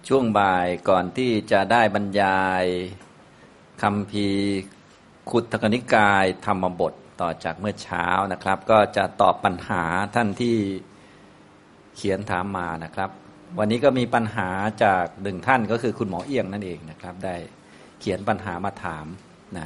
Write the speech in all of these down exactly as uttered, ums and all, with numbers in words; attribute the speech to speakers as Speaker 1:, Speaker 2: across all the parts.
Speaker 1: ช่วงบ่ายก่อนที่จะได้บรรยายคัมภีร์ขุทกนิกายธรรมบทต่อจากเมื่อเช้านะครับก็จะตอบปัญหาท่านที่เขียนถามมานะครับวันนี้ก็มีปัญหาจากหนึ่งท่านก็คือคุณหมอเอี้ยงนั่นเองนะครับได้เขียนปัญหามาถามนะ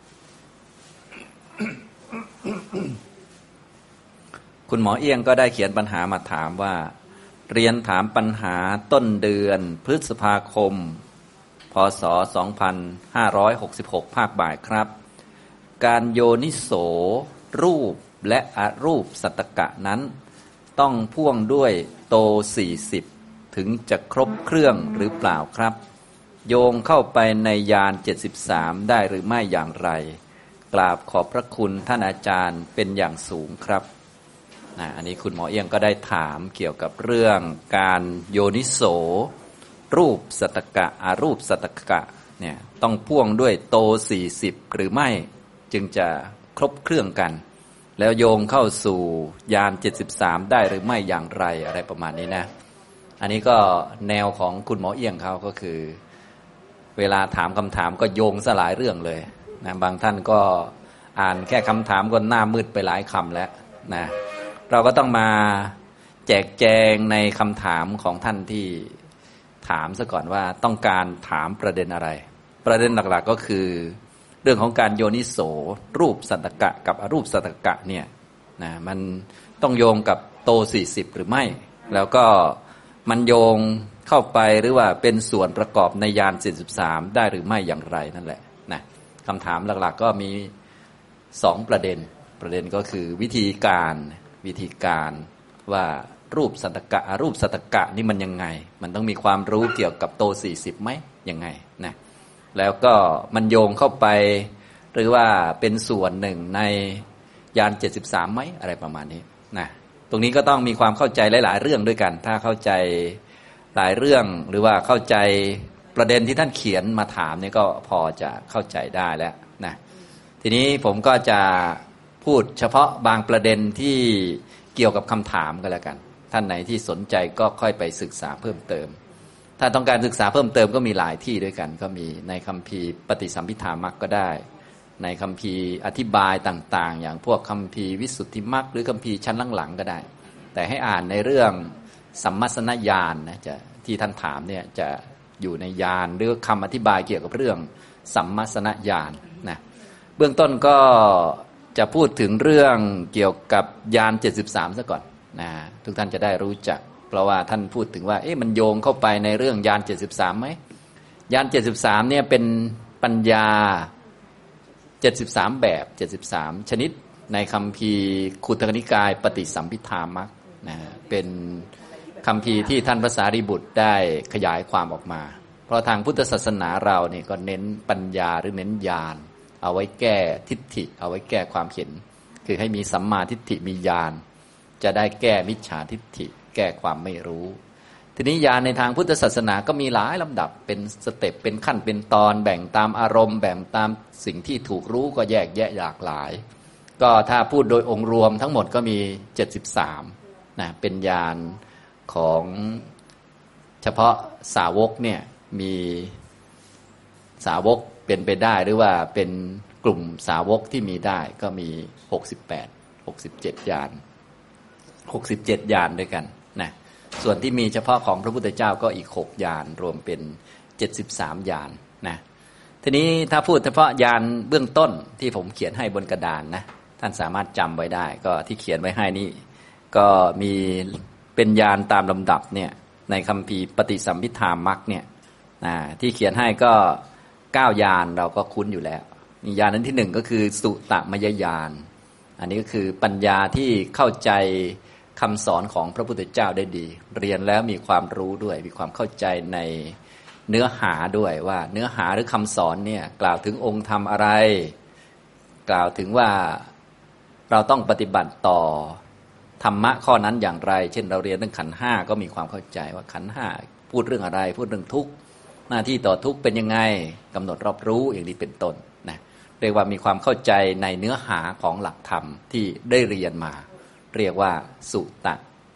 Speaker 1: คุณหมอเอี้ยงก็ได้เขียนปัญหามาถามว่าเรียนถามปัญหาต้นเดือนพฤษภาคมพ.ศ. สองพันห้าร้อยหกสิบหกภาคบ่ายครับการโยนิโสรูปและอรูปสัตตกะนั้นต้องพ่วงด้วยโตสี่สิบถึงจะครบเครื่องหรือเปล่าครับโยงเข้าไปในญาณเจ็ดสิบสามได้หรือไม่อย่างไรกราบขอบพระคุณท่านอาจารย์เป็นอย่างสูงครับนะอันนี้คุณหมอเอี้ยงก็ได้ถามเกี่ยวกับเรื่องการโยนิโสรูปสัตตกะอรูปสัตตกะเนี่ยต้องพ่วงด้วยโตสี่สิบหรือไม่จึงจะครบเครื่องกันแล้วโยงเข้าสู่ญาณเจ็ดสิบสามได้หรือไม่อย่างไรอะไรประมาณนี้นะอันนี้ก็แนวของคุณหมอเอี้ยงเขาก็คือเวลาถามคำถามก็โยงซะหลายเรื่องเลยนะบางท่านก็อ่านแค่คำถามก็หน้ามืดไปหลายคำแล้วนะเราก็ต้องมาแจกแจงในคำถามของท่านที่ถามซะก่อนว่าต้องการถามประเด็นอะไรประเด็นหลักๆก็คือเรื่องของการโยนิโสรูปสัตตกะกับอรูปสัตตกะเนี่ยนะมันต้องโยงกับโตสี่สิบหรือไม่แล้วก็มันโยงเข้าไปหรือว่าเป็นส่วนประกอบในญาณสี่สิบสามได้หรือไม่อย่างไรนั่นแหละนะคำถามหลักๆก็มีสองประเด็นประเด็นก็คือวิธีการวิธีการว่ารูปสัตตกะอรูปสัตตกะนี่มันยังไงมันต้องมีความรู้เกี่ยวกับโตสี่สิบไหมยังไงนะแล้วก็มันโยงเข้าไปหรือว่าเป็นส่วนหนึ่งในญาณเจ็ดสิบสามไหมอะไรประมาณนี้นะตรงนี้ก็ต้องมีความเข้าใจหลายๆเรื่องด้วยกันถ้าเข้าใจหลายเรื่องหรือว่าเข้าใจประเด็นที่ท่านเขียนมาถามนี่ก็พอจะเข้าใจได้แล้วนะทีนี้ผมก็จะพูดเฉพาะบางประเด็นที่เกี่ยวกับคำถามกันแล้วกันท่านไหนที่สนใจก็ค่อยไปศึกษาเพิ่มเติมถ้าต้องการศึกษาเพิ่มเติมก็มีหลายที่ด้วยกันก็มีในคัมภีร์ปฏิสัมภิธามัคก็ได้ในคัมภีร์อธิบายต่างๆอย่างพวกคัมภีร์วิสุทธิมัคหรือคัมภีร์ชั้นหลังๆก็ได้แต่ให้อ่านในเรื่องสัมมัสสนญาณนะจะที่ท่านถามเนี่ยจะอยู่ในญาณหรือคำอธิบายเกี่ยวกับเรื่องสัมมัสสนญาณนะเบื้องต้นก็จะพูดถึงเรื่องเกี่ยวกับญาณเจ็ดสิบสามซะก่อนนะทุกท่านจะได้รู้จักเพราะว่าท่านพูดถึงว่าเอ๊ะมันโยงเข้าไปในเรื่องญาณเจ็ดสิบสามไหมญาณเจ็ดสิบสามเนี่ยเป็นปัญญาเจ็ดสิบสามแบบเจ็ดสิบสามชนิดในคัมภีร์ขุทกนิกายปฏิสัมภิธามัคนะเป็นคัมภีร์ที่ท่านพระสารีบุตรได้ขยายความออกมาเพราะทางพุทธศาสนาเราเนี่ยก็เน้นปัญญาหรือเน้นญาณเอาไว้แก้ทิฏฐิเอาไว้แก้ความเห็นคือให้มีสัมมาทิฏฐิมีญาณจะได้แก้มิจฉาทิฏฐิแก้ความไม่รู้ทีนี้ญาณในทางพุทธศาสนาก็มีหลายลำดับเป็นสเต็ปเป็นขั้นเป็นตอนแบ่งตามอารมณ์แบ่งตามสิ่งที่ถูกรู้ก็แยกแยะหลากหลายก็ถ้าพูดโดยองค์รวมทั้งหมดก็มีเจ็ดสิบสามนะเป็นญาณของเฉพาะสาวกเนี่ยมีสาวกเป็นไปได้หรือว่าเป็นกลุ่มสาวกที่มีได้ก็มีหกสิบแปด หกสิบเจ็ดญาณหกสิบเจ็ดญาณด้วยกันนะส่วนที่มีเฉพาะของพระพุทธเจ้าก็อีกหกญาณรวมเป็นเจ็ดสิบสามญาณนะทีนี้ถ้าพูดเฉพาะญาณเบื้องต้นที่ผมเขียนให้บนกระดานนะท่านสามารถจำไว้ได้ก็ที่เขียนไว้ให้นี่ก็มีเป็นญาณตามลำดับเนี่ยในคัมภีร์ปฏิสัมภิธามัคเนี่ยนะที่เขียนให้ก็เก้าญาณเราก็คุ้นอยู่แล้วญาณนั้นที่หนึ่งก็คือสุตมยญาณอันนี้ก็คือปัญญาที่เข้าใจคำสอนของพระพุทธเจ้าได้ดีเรียนแล้วมีความรู้ด้วยมีความเข้าใจในเนื้อหาด้วยว่าเนื้อหาหรือคำสอนเนี่ยกล่าวถึงองค์ธรรมอะไรกล่าวถึงว่าเราต้องปฏิบัติต่อธรรมะข้อนั้นอย่างไรเช่นเราเรียนเรื่องขันธ์ห้าก็มีความเข้าใจว่าขันธ์ห้าพูดเรื่องอะไรพูดเรื่องทุกข์หน้าที่ต่อทุกข์เป็นยังไงกำหนดรอบรู้อย่างนี้เป็นต้นนะเรียกว่ามีความเข้าใจในเนื้อหาของหลักธรรมที่ได้เรียนมาเรียกว่าสุต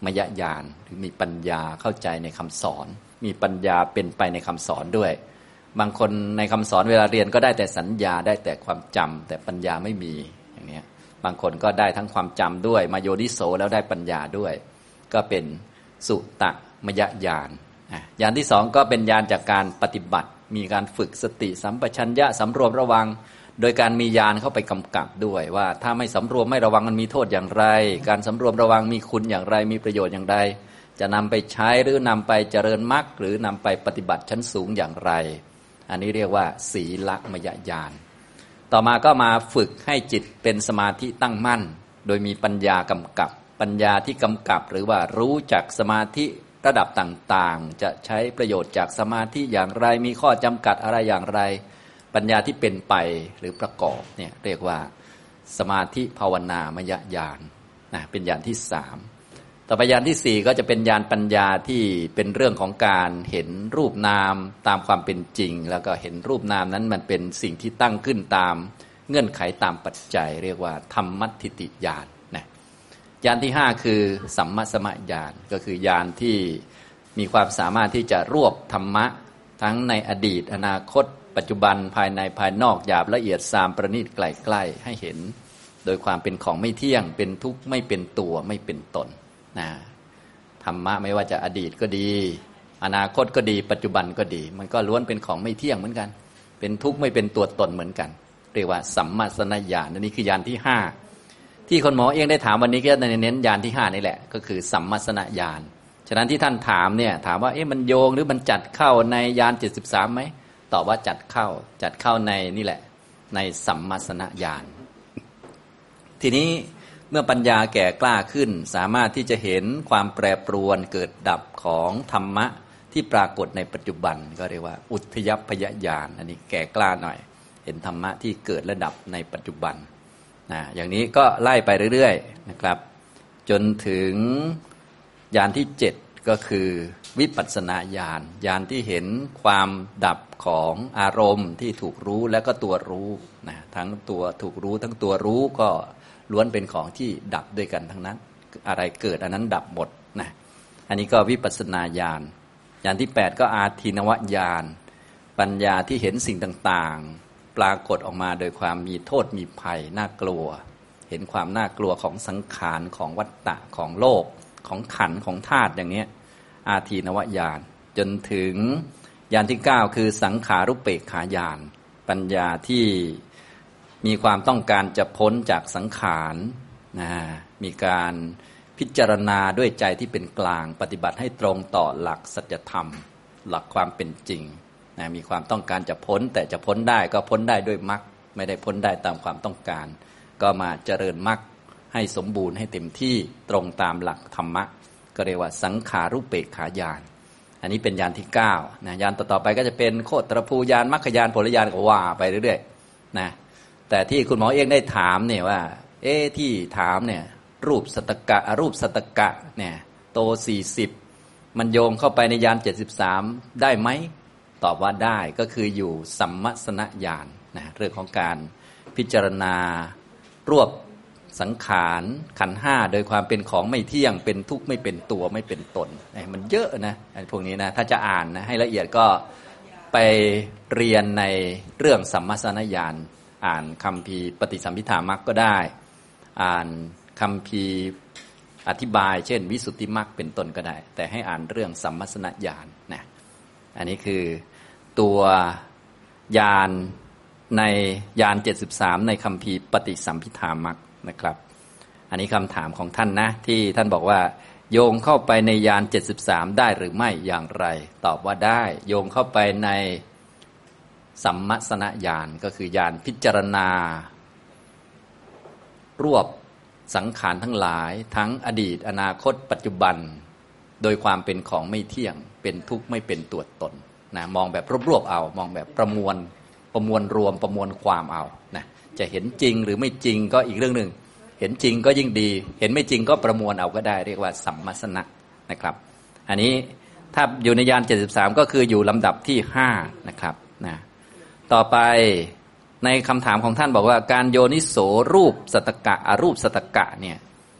Speaker 1: มยญาณหรือมีปัญญาเข้าใจในคำสอนมีปัญญาเป็นไปในคำสอนด้วยบางคนในคำสอนเวลาเรียนก็ได้แต่สัญญาได้แต่ความจำแต่ปัญญาไม่มีอย่างนี้บางคนก็ได้ทั้งความจำด้วยมาโยนิโสแล้วได้ปัญญาด้วยก็เป็นสุตมยญาณญาณที่สองก็เป็นญาณจากการปฏิบัติมีการฝึกสติสัมปชัญญะสำรวมระวังโดยการมีญาณเข้าไปกำกับด้วยว่าถ้าไม่สำรวมไม่ระวังมันมีโทษอย่างไรการสำรวมระวังมีคุณอย่างไรมีประโยชน์อย่างไรจะนำไปใช้หรือนำไปเจริญมรรคหรือนำไปปฏิบัติชั้นสูงอย่างไรอันนี้เรียกว่าศีลมยญาณต่อมาก็มาฝึกให้จิตเป็นสมาธิตั้งมั่นโดยมีปัญญากำกับปัญญาที่กำกับหรือว่ารู้จักสมาธิระดับต่างๆจะใช้ประโยชน์จากสมาธิอย่างไรมีข้อจำกัดอะไรอย่างไรปัญญาที่เป็นไปหรือประกอบเนี่ยเรียกว่าสมาธิภาวนามยญาณนะเป็นญาณที่สามต่อไปญาณที่สี่ก็จะเป็นญาณปัญญาที่เป็นเรื่องของการเห็นรูปนามตามความเป็นจริงแล้วก็เห็นรูปนามนั้นมันเป็นสิ่งที่ตั้งขึ้นตามเงื่อนไขตามปัจจัยเรียกว่าธรรมัตถิติญาณนะญาณที่ห้าคือสัมมาสมญาณก็คือญาณที่มีความสามารถที่จะรวบธรรมะทั้งในอดีตอนาคตปัจจุบันภายในภายนอกหยาบละเอียดซามประณีตใกล้ๆให้เห็นโดยความเป็นของไม่เที่ยงเป็นทุกข์ไม่เป็นตัวไม่เป็นตนนะธรรมะไม่ว่าจะอดีตก็ดีอนาคตก็ดีปัจจุบันก็ดีมันก็ล้วนเป็นของไม่เที่ยงเหมือนกันเป็นทุกข์ไม่เป็นตัวตนเหมือนกันเรียกว่าสัมมาสนญาณนี่คือญาณที่ห้าที่คนหมอเองได้ถามวันนี้ก็เน้นญาณที่ห้านี่แหละก็คือสัมมาสนญาณฉะนั้นที่ท่านถามเนี่ยถามว่าเอ๊ะมันโยงหรือมันจัดเข้าในญาณเจ็ดสิบสามไหมตอบว่าจัดเข้าจัดเข้าในนี่แหละในสัมมาสนญาณทีนี้เมื่อปัญญาแก่กล้าขึ้นสามารถที่จะเห็นความแปรปรวนเกิดดับของธรรมะที่ปรากฏในปัจจุบันก็เรียกว่าอุทธยัพพยญาณอันนี้แก่กล้าหน่อยเห็นธรรมะที่เกิดและดับในปัจจุบันนะอย่างนี้ก็ไล่ไปเรื่อยๆนะครับจนถึงญาณที่เจ็ดก็คือวิปัสสนาญาณญาณที่เห็นความดับของอารมณ์ที่ถูกรู้และก็ตัวรู้นะทั้งตัวถูกรู้ทั้งตัวรู้ก็ล้วนเป็นของที่ดับด้วยกันทั้งนั้นอะไรเกิดอันนั้นดับหมดนะอันนี้ก็วิปัสสนาญาณญาณที่แปดก็อาทินวญาณปัญญาที่เห็นสิ่งต่างๆปรากฏออกมาโดยความมีโทษมีภัยน่ากลัวเห็นความน่ากลัวของสังขารของวัฏฏะของโลกของขันธ์ของธาตุอย่างนี้อาทินวญาณจนถึงญาณที่เก้าคือสังขารุปเปกขาญาณปัญญาที่มีความต้องการจะพ้นจากสังขารนะมีการพิจารณาด้วยใจที่เป็นกลางปฏิบัติให้ตรงต่อหลักสัจธรรมหลักความเป็นจริงนะมีความต้องการจะพ้นแต่จะพ้นได้ก็พ้นได้ด้วยมรรคไม่ได้พ้นได้ตามความต้องการก็มาเจริญมรรคให้สมบูรณ์ให้เต็มที่ตรงตามหลักธรรมะก็เรียกว่าสังขารุปเปกขาญาณอันนี้เป็นญาณที่เก้านะญาณต่อๆไปก็จะเป็นโคตรภูญาณมรรคญาณผลญาณก็ว่าไปเรื่อยๆนะแต่ที่คุณหมอเองได้ถามเนี่ยว่าเอ๊ะที่ถามเนี่ยรูปสัตตกะอรูปสัตตกะเนี่ยโตสี่สิบมันโยงเข้าไปในญาณเจ็ดสิบสามได้ไหมตอบว่าได้ก็คืออยู่สัมมัสนญาณนะเรื่องของการพิจารณารวบสังขารขันธ์ห้าโดยความเป็นของไม่เที่ยงเป็นทุกข์ไม่เป็นตัวไม่เป็นตนมันเยอะนะไอ้พวกนี้นะถ้าจะอ่านนะให้ละเอียดก็ไปเรียนในเรื่องสัมมัสนญาณอ่านคัมภีร์ปฏิสัมภิธามรรคก็ได้อ่านคัมภีร์อธิบายเช่นวิสุทธิมรรคเป็นต้นก็ได้แต่ให้อ่านเรื่องสัมมัสนญาณนะอันนี้คือตัวญาณในญาณเจ็ดสิบสามในคัมภีร์ปฏิสัมภิธามรรคนะครับอันนี้คำถามของท่านนะที่ท่านบอกว่าโยงเข้าไปในญาณเจ็ดสิบสามได้หรือไม่อย่างไรตอบว่าได้โยงเข้าไปในสัมมัสนญาณก็คือญาณพิจารณารวบสังขารทั้งหลายทั้งอดีตอนาคตปัจจุบันโดยความเป็นของไม่เที่ยงเป็นทุกข์ไม่เป็นตัวตนนะมองแบบรวบๆเอามองแบบประมวลประมวลรวมประมวลความเอานะจะเห็นจริงหรือไม่จริงก็อีกเรื่องหนึ่งเห็นจริงก็ยิ่งดีเห็นไม่จริงก็ประมวลเอาก็ได้เรียกว่าสัมมัสนะนะครับอันนี้ถ้าอยู่ในญาณเจ็ดสิบสามก็คืออยู่ลำดับที่ห้านะครับนะต่อไปในคำถามของท่านบอกว่าการโยนิโสรูปสัตตกะอรูปสัตตกะเนี่ย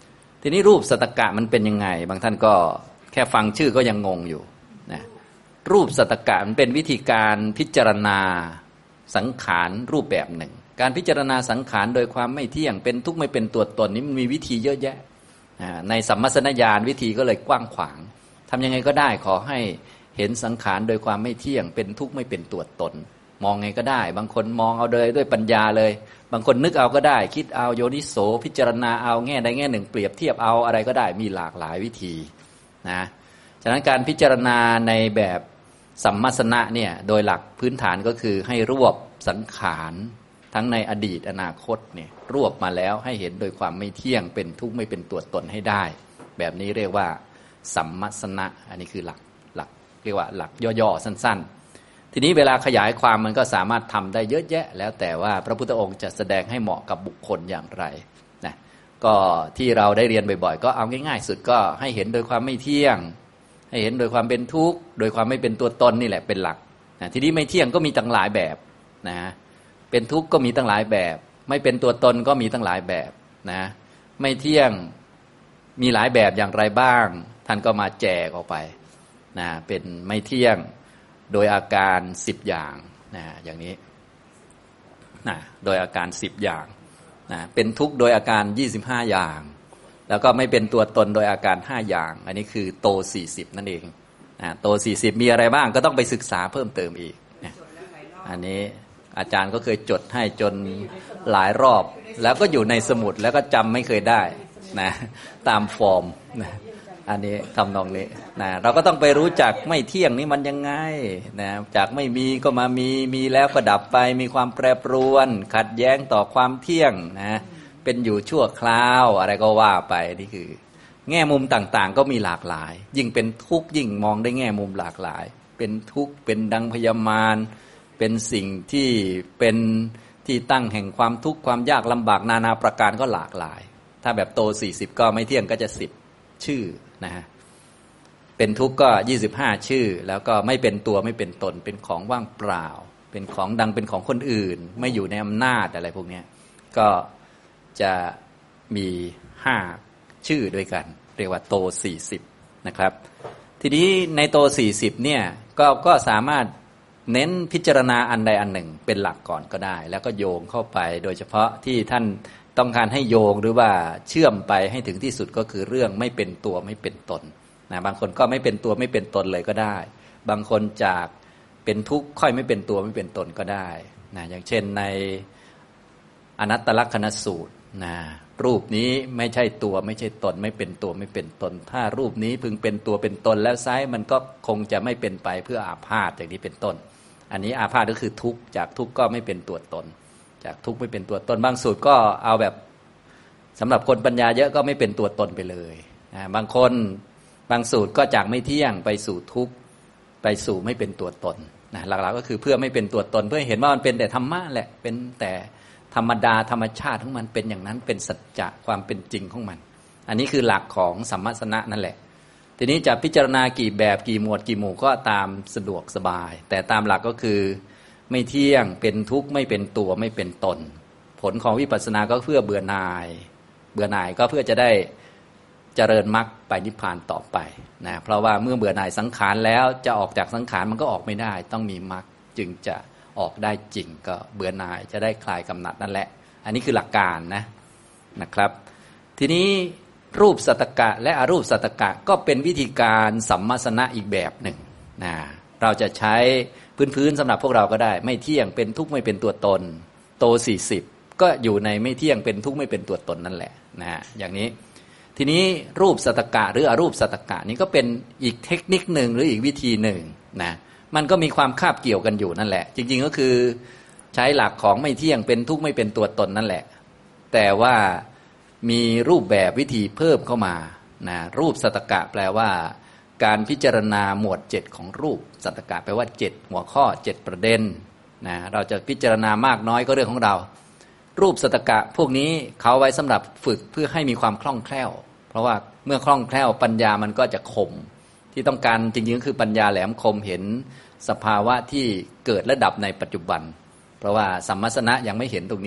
Speaker 1: ทีนี้รูปสัตตกะมันเป็นยังไงบางท่านก็แค่ฟังชื่อก็ยังงงอยู่นะรูปสัตตกะมันเป็นวิธีการพิจารณาสังขารรูปแบบหนึ่งการพิจารณาสังขารโดยความไม่เที่ยงเป็นทุกข์ไม่เป็นตัวตนนี้มันมีวิธีเยอะแยะในสัมมัสสนญาณวิธีก็เลยกว้างขวางทำยังไงก็ได้ขอให้เห็นสังขารโดยความไม่เที่ยงเป็นทุกข์ไม่เป็นตัวตนมองไงก็ได้บางคนมองเอาเลยด้วยปัญญาเลยบางคนนึกเอาก็ได้คิดเอาโยนิโสพิจารณาเอาแง่ใดแง่หนึ่งเปรียบเทียบเอาอะไรก็ได้มีหลากหลายวิธีนะฉะนั้นการพิจารณาในแบบสัมมัสสนะเนี่ยโดยหลักพื้นฐานก็คือให้รวบสังขารทั้งในอดีตอนาคตเนี่ยรวบมาแล้วให้เห็นโดยความไม่เที่ยงเป็นทุกข์ไม่เป็นตัวตนให้ได้แบบนี้เรียกว่าสัมมัสสนะอันนี้คือหลักหลักเรียกว่าหลักย่อๆสั้นๆทีนี้เวลาขยายความมันก็สามารถทำได้เยอะแยะแล้วแต่ว่าพระพุทธองค์จะแสดงให้เหมาะกับบุคคลอย่างไรนะก็ที่เราได้เรียนบ่อยๆก็เอาง่ายๆสุดก็ให้เห็นโดยความไม่เที่ยงให้เห็นโดยความเป็นทุกข์โดยความไม่เป็นตัวตนนี่แหละเป็นหลักนะทีนี้ไม่เที่ยงก็มีตั้งหลายแบบนะเป็นทุกข์ก็มีตั้งหลายแบบไม่เป็นตัวตนก็มีตั้งหลายแบบนะไม่เที่ยงมีหลายแบบอย่างไรบ้างท่านก็มาแจกออกไปนะเป็นไม่เที่ยงโดยอาการสิบอย่างนะอย่างนี้นะโดยอาการสิบอย่างนะเป็นทุกข์โดยอาการยี่สิบห้าอย่างแล้วก็ไม่เป็นตัวตนโดยอาการห้าอย่างอันนี้คือโตสี่สิบนั่นเองนะโตสี่สิบมีอะไรบ้างก็ต้องไปศึกษาเพิ่มเติมอีกนะอันนี้อาจารย์ก็เคยจดให้จนหลายรอบแล้วก็อยู่ในสมุดแล้วก็จำไม่เคยได้นะตามฟอร์มนะอันนี้ทำนองนี้นะเราก็ต้องไปรู้จักไม่เที่ยงนี่มันยังไงนะจากไม่มีก็มามีมีแล้วก็ดับไปมีความแปรปรวนขัดแย้งต่อความเที่ยงนะเป็นอยู่ชั่วคราวอะไรก็ว่าไปนี่คือแง่มุมต่างๆก็มีหลากหลายยิ่งเป็นทุกข์ยิ่งมองได้แง่มุมหลากหลายเป็นทุกข์เป็นดังพยามารเป็นสิ่งที่เป็นที่ตั้งแห่งความทุกข์ความยากลำบากนานาประการก็หลากหลายถ้าแบบโตสี่สิบก็ไม่เที่ยงก็จะสิบชื่อนะฮะเป็นทุกข์ก็ยี่สิบห้าชื่อแล้วก็ไม่เป็นตัวไม่เป็นตนเป็นของว่างเปล่าเป็นของดังเป็นของคนอื่นไม่อยู่ในอำนาจอะไรพวกนี้ก็จะมีห้าชื่อด้วยกันเรียกว่าโตสี่สิบนะครับทีนี้ในโตสี่สิบเนี่ยก็ก็สามารถเน้นพิจารณาอันใดอันหนึ่งเป็นหลักก่อนก็ได้แล้วก็โยงเข้าไปโดยเฉพาะที่ท่านต้องการให้โยงหรือว่าเชื่อมไปให้ถึงที่สุดก็คือเรื่องไม่เป็นตัวไม่เป็นตนนะบางคนก็ไม่เป็นตัวไม่เป็นตนเลยก็ได้บางคนจากเป็นทุกข์ค่อยไม่เป็นตัวไม่เป็นตนก็ได้นะอย่างเช่นในอนัตตลักษณสูตรนะรูปนี้ไม่ใช่ตัวไม่ใช่ตนไม่เป็นตัวไม่เป็นตนถ้ารูปนี้พึงเป็นตัวเป็นตนแล้วไซร้มันก็คงจะไม่เป็นไปเพื่ออาพาธอย่างนี้เป็นต้นอันนี้อาพาธก็คือทุกข์จากทุกข์ก็ไม่เป็นตัวตนจากทุกข์ไม่เป็นตัวตนบางสูตรก็เอาแบบสำหรับคนปัญญาเยอะก็ไม่เป็นตัวตนไปเลยนะบางคนบางสูตรก็จากไม่เที่ยงไปสู่ทุกข์ไปสู่ไม่เป็นตัวตนนะหลักๆก็คือเพื่อไม่เป็นตัวตนเพื่อเห็นว่ามันเป็นแต่ธรรมะแหละเป็นแต่ธรรมดาธรรมชาติของมันเป็นอย่างนั้นเป็นสัจจะความเป็นจริงของมันอันนี้คือหลักของสัมมัสสนะนั่นแหละทีนี้จะพิจารณากี่แบบกี่หมวดกี่หมู่ก็ตามสะดวกสบายแต่ตามหลักก็คือไม่เที่ยงเป็นทุกข์ไม่เป็นตัวไม่เป็นตนผลของวิปัสสนาก็เพื่อเบื่อหน่ายเบื่อหน่ายก็เพื่อจะได้เจริญมรรคไปนิพพานต่อไปนะเพราะว่าเมื่อเบื่อหน่ายสังขารแล้วจะออกจากสังขารมันก็ออกไม่ได้ต้องมีมรรคจึงจะออกได้จริงก็เบื่อหน่ายจะได้คลายกำหนัดนั่นแหละอันนี้คือหลักการนะนะครับทีนี้รูปสัตตกะและอรูปสัตตกะก็เป็นวิธีการสัมมัสสนะอีกแบบหนึ่งนะเราจะใช้พื้นๆสำหรับพวกเราก็ได้ไม่เที่ยงเป็นทุกข์ไม่เป็นตัวตนโตสี่สิบก็อยู่ในไม่เที่ยงเป็นทุกข์ไม่เป็นตัวตนนั่นแหละนะฮะอย่างนี้ทีนี้รูปสัตตกะหรืออรูปสัตตกะนี้ก็เป็นอีกเทคนิคหนึ่งหรืออีกวิธีหนึ่งนะมันก็มีความคาบเกี่ยวกันอยู่นั่นแหละจริงๆก็คือใช้หลักของไม่เที่ยงเป็นทุกข์ไม่เป็นตัวตนนั่นแหละแต่ว่ามีรูปแบบวิธีเพิ่มเข้ามานะรูปสัตตกะแปลว่าการพิจารณาหมวดเจ็ดของรูปสัตตกะแปลว่าเจ็ดหัวข้อเจ็ดประเด็นนะเราจะพิจารณามากน้อยก็เรื่องของเรารูปสัตตกะพวกนี้เขาไว้สำหรับฝึกเพื่อให้มีความคล่องแคล่วเพราะว่าเมื่อคล่องแคล่วปัญญามันก็จะคมที่ต้องการจริงๆก็คือปัญญาแหลมคมเห็นสภาวะที่เกิดและดับในปัจจุบันเพราะว่าสัมมัสสนะยังไม่เห็นตรงนี้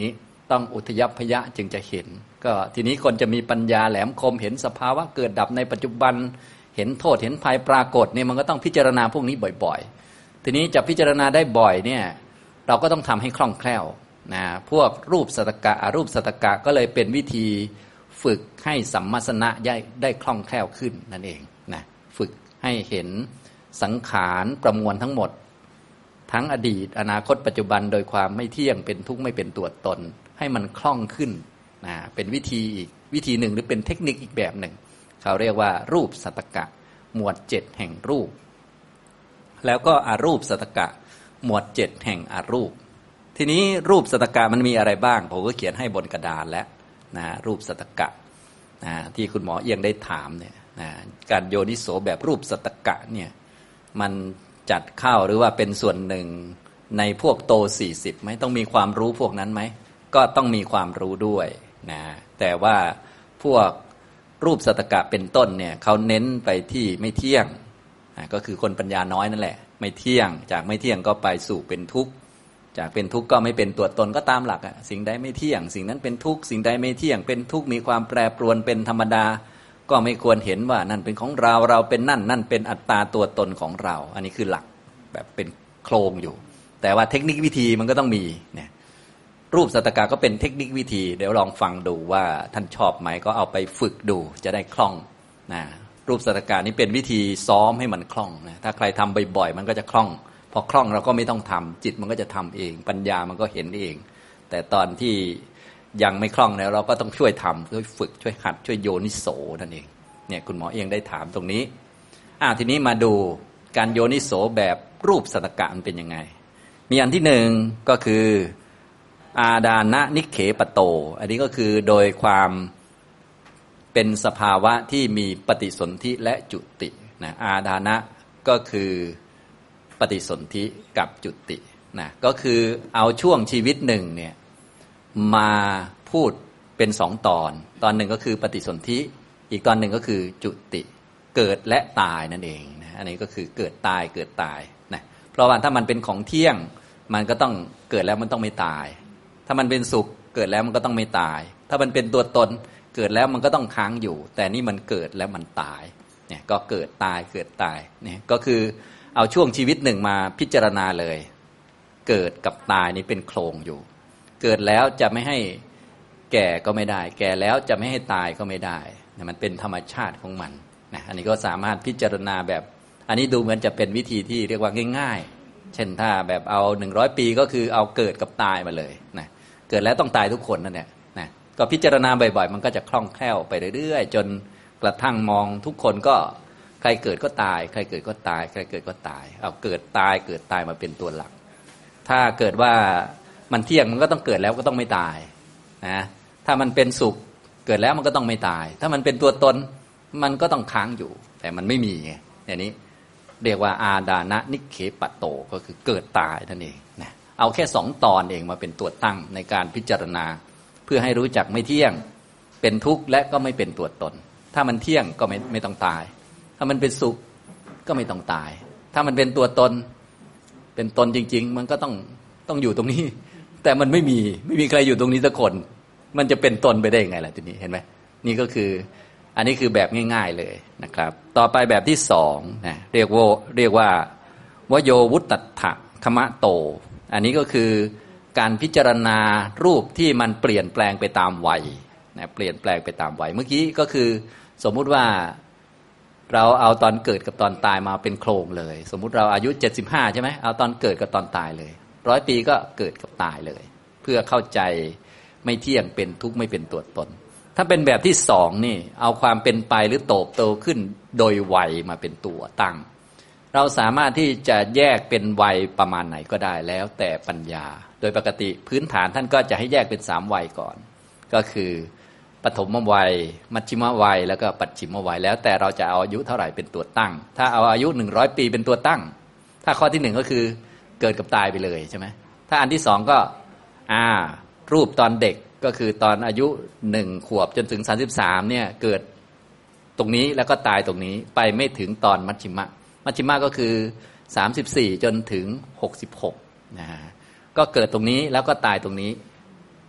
Speaker 1: ต้องอุทยัพยะจึงจะเห็นก็ทีนี้คนจะมีปัญญาแหลมคมเห็นสภาวะเกิดดับในปัจจุบันเห็นโทษเห็นภัยปรากฏเนี่ยมันก็ต้องพิจารณาพวกนี้บ่อยๆทีนี้จะพิจารณาได้บ่อยเนี่ยเราก็ต้องทำให้คล่องแคล่วนะพวกรูปสัตตกะอรูปสัตตกะก็เลยเป็นวิธีฝึกให้สัมมัสนะได้ได้คล่องแคล่วขึ้นนั่นเองนะฝึกให้เห็นสังขารประมวลทั้งหมดทั้งอดีตอนาคตปัจจุบันโดยความไม่เที่ยงเป็นทุกข์ไม่เป็นตัวตนให้มันคล่องขึ้นนะเป็นวิธีอีกวิธีหนึ่งหรือเป็นเทคนิคอีกแบบหนึ่งเขาเรียกว่ารูปสัตตกะหมวดเจ็ดแห่งรูปแล้วก็อรูปสัตตกะหมวดเจ็ดแห่งอรูปทีนี้รูปสัตตกะมันมีอะไรบ้างผมก็เขียนให้บนกระดานแล้วนะรูปสัตตกะนะที่คุณหมอเอียงได้ถามเนี่ยนะการโยนิโสแบบรูปสัตตกะเนี่ยมันจัดเข้าหรือว่าเป็นส่วนหนึ่งในพวกโตสี่สิบไหมต้องมีความรู้พวกนั้นไหมก็ต้องมีความรู้ด้วยนะแต่ว่าพวกรูปสัตตกะเป็นต้นเนี่ยเขาเน้นไปที่ไม่เที่ยงนะก็คือคนปัญญาน้อยนั่นแหละไม่เที่ยงจากไม่เที่ยงก็ไปสู่เป็นทุกข์จากเป็นทุกข์ก็ไม่เป็นตัวตนก็ตามหลักอะสิ่งใดไม่เที่ยงสิ่งนั้นเป็นทุกข์สิ่งใดไม่เที่ยงเป็นทุกข์มีความแปรปรวนเป็นธรรมดาก็ไม่ควรเห็นว่านั่นเป็นของเราเราเป็นนั่นนั่นเป็นอัตตาตัวตนของเราอันนี้คือหลักแบบเป็นโครงอยู่แต่ว่าเทคนิควิธีมันก็ต้องมีเนี่ยรูปสัตตกะก็เป็นเทคนิควิธีเดี๋ยวลองฟังดูว่าท่านชอบไหมก็เอาไปฝึกดูจะได้คล่องนะรูปสัตตกะนี้เป็นวิธีซ้อมให้มันคล่องนะถ้าใครทำบ่อยๆมันก็จะคล่องพอคล่องเราก็ไม่ต้องทำจิตมันก็จะทำเองปัญญามันก็เห็นเองแต่ตอนที่ยังไม่คล่องแล้วเราก็ต้องช่วยทำช่วยฝึกช่วยหัดช่วยโยนิโสนั่นเองเนี่ยคุณหมอเองได้ถามตรงนี้อ่าทีนี้มาดูการโยนิโสแบบรูปสัตตกะมันเป็นยังไงมีอันที่หนึ่งก็คืออาดานะนิเขปโตอันนี้ก็คือโดยความเป็นสภาวะที่มีปฏิสนธิและจุตินะอาดานะก็คือปฏิสนธิกับจุตินะก็คือเอาช่วงชีวิตหนึ่งเนี่ยมาพูดเป็นสองตอนตอนหนึ่งก็คือปฏิสนธิอีกตอนหนึ่งก็คือจุติเกิดและตายนั่นเองนะอันนี้ก็คือเกิดตายเกิดตายนะเพราะว่าถ้ามันเป็นของเที่ยงมันก็ต้องเกิดแล้วมันต้องไม่ตายถ้ามันเป็นสุขเกิดแล้วมันก็ต้องไม่ตายถ้ามันเป็นตัวตนเกิดแล้วมันก็ต้องค้างอยู่แต่นี่มันเกิดแล้วมันตายเนี่ยก็เกิดตายเกิดตายเนี่ยก็คือเอาช่วงชีวิตหนึ่งมาพิจารณาเลยเกิดกับตายนี่เป็นโครงอยู่เกิดแล้วจะไม่ให้แก่ก็ไม่ได้แก่แล้วจะไม่ให้ตายก็ไม่ได้เนี่ยมันเป็นธรรมชาติของมันนะอันนี้ก็สามารถพิจารณาแบบอันนี้ดูเหมือนจะเป็นวิธีที่เรียกว่าง่ายๆเช่นถ้าแบบเอาหนึ่งร้อยปีก็คือเอาเกิดกับตายมาเลยนะเกิดแล้วต้องตายทุกคนนั่นแหละนะก็พิจารณาบ่อยๆมันก็จะคล่องแคล่วไปเรื่อยๆจนกระทั่งมองทุกคนก็ใครเกิดก็ตายใครเกิดก็ตายใครเกิดก็ตายเอาเกิดตายเกิดตายมาเป็นตัวหลักถ้าเกิดว่ามันเที่ยงมันก็ต้องเกิดแล้วก็ต้องไม่ตายนะถ้ามันเป็นสุขเกิดแล้วมันก็ต้องไม่ตายถ้ามันเป็นตัวตนมันก็ต้องค้างอยู่แต่มันไม่มีไงอย่างนี้เรียกว่าอาดานะนิเขปโตก็คือเกิดตายนั่นเองนะเอาแค่สองตอนเองมาเป็นตัวตั้งในการพิจารณาเพื่อให้รู้จักไม่เที่ยงเป็นทุกข์และก็ไม่เป็นตัวตนถ้ามันเที่ยงก็ไม่ไม่ต้องตายถ้ามันเป็นสุขก็ไม่ต้องตายถ้ามันเป็นตัวตนเป็นตนจริงๆมันก็ต้องต้องอยู่ตรงนี้แต่มันไม่มีไม่มีใครอยู่ตรงนี้สักคนมันจะเป็นตนไปได้ยังไงล่ะทีนี้เห็นไหมนี่ก็คืออันนี้คือแบบง่ายๆเลยนะครับต่อไปแบบที่สองนะเรียกว่าเรียกว่าวโยวุตตัฏฐคมะโตอันนี้ก็คือการพิจารณารูปที่มันเปลี่ยนแปลงไปตามวัยนะเปลี่ยนแปลงไปตามวัยเมื่อกี้ก็คือสมมุติว่าเราเอาตอนเกิดกับตอนตายมาเป็นโครงเลยสมมุติเราอายุเจ็ดสิบห้าใช่ไหมเอาตอนเกิดกับตอนตายเลยร้อยปีก็เกิดกับตายเลยเพื่อเข้าใจไม่เที่ยงเป็นทุกข์ไม่เป็นตัวตนถ้าเป็นแบบที่สองนี่เอาความเป็นไปหรือโตโตขึ้นโดยวัยมาเป็นตัวตั้งเราสามารถที่จะแยกเป็นวัยประมาณไหนก็ได้แล้วแต่ปัญญาโดยปกติพื้นฐานท่านก็จะให้แยกเป็นสามวัยก่อนก็คือปฐมวัยมัชฌิมวัยแล้วก็ปัจฉิมวัยแล้วแต่เราจะเอาอายุเท่าไหร่เป็นตัวตั้งถ้าเอาอายุหนึ่งร้อยปีเป็นตัวตั้งถ้าข้อที่หนึ่งก็คือเกิดกับตายไปเลยใช่ไหมถ้าอันที่สองก็อ่ารูปตอนเด็กก็คือตอนอายุหนึ่งขวบจนถึงสามสิบสามเนี่ยเกิดตรงนี้แล้วก็ตายตรงนี้ไปไม่ถึงตอนมัชฌิมะมัชฌิมะก็คือสามสิบสี่จนถึงหกสิบหกนะฮะก็เกิดตรงนี้แล้วก็ตายตรงนี้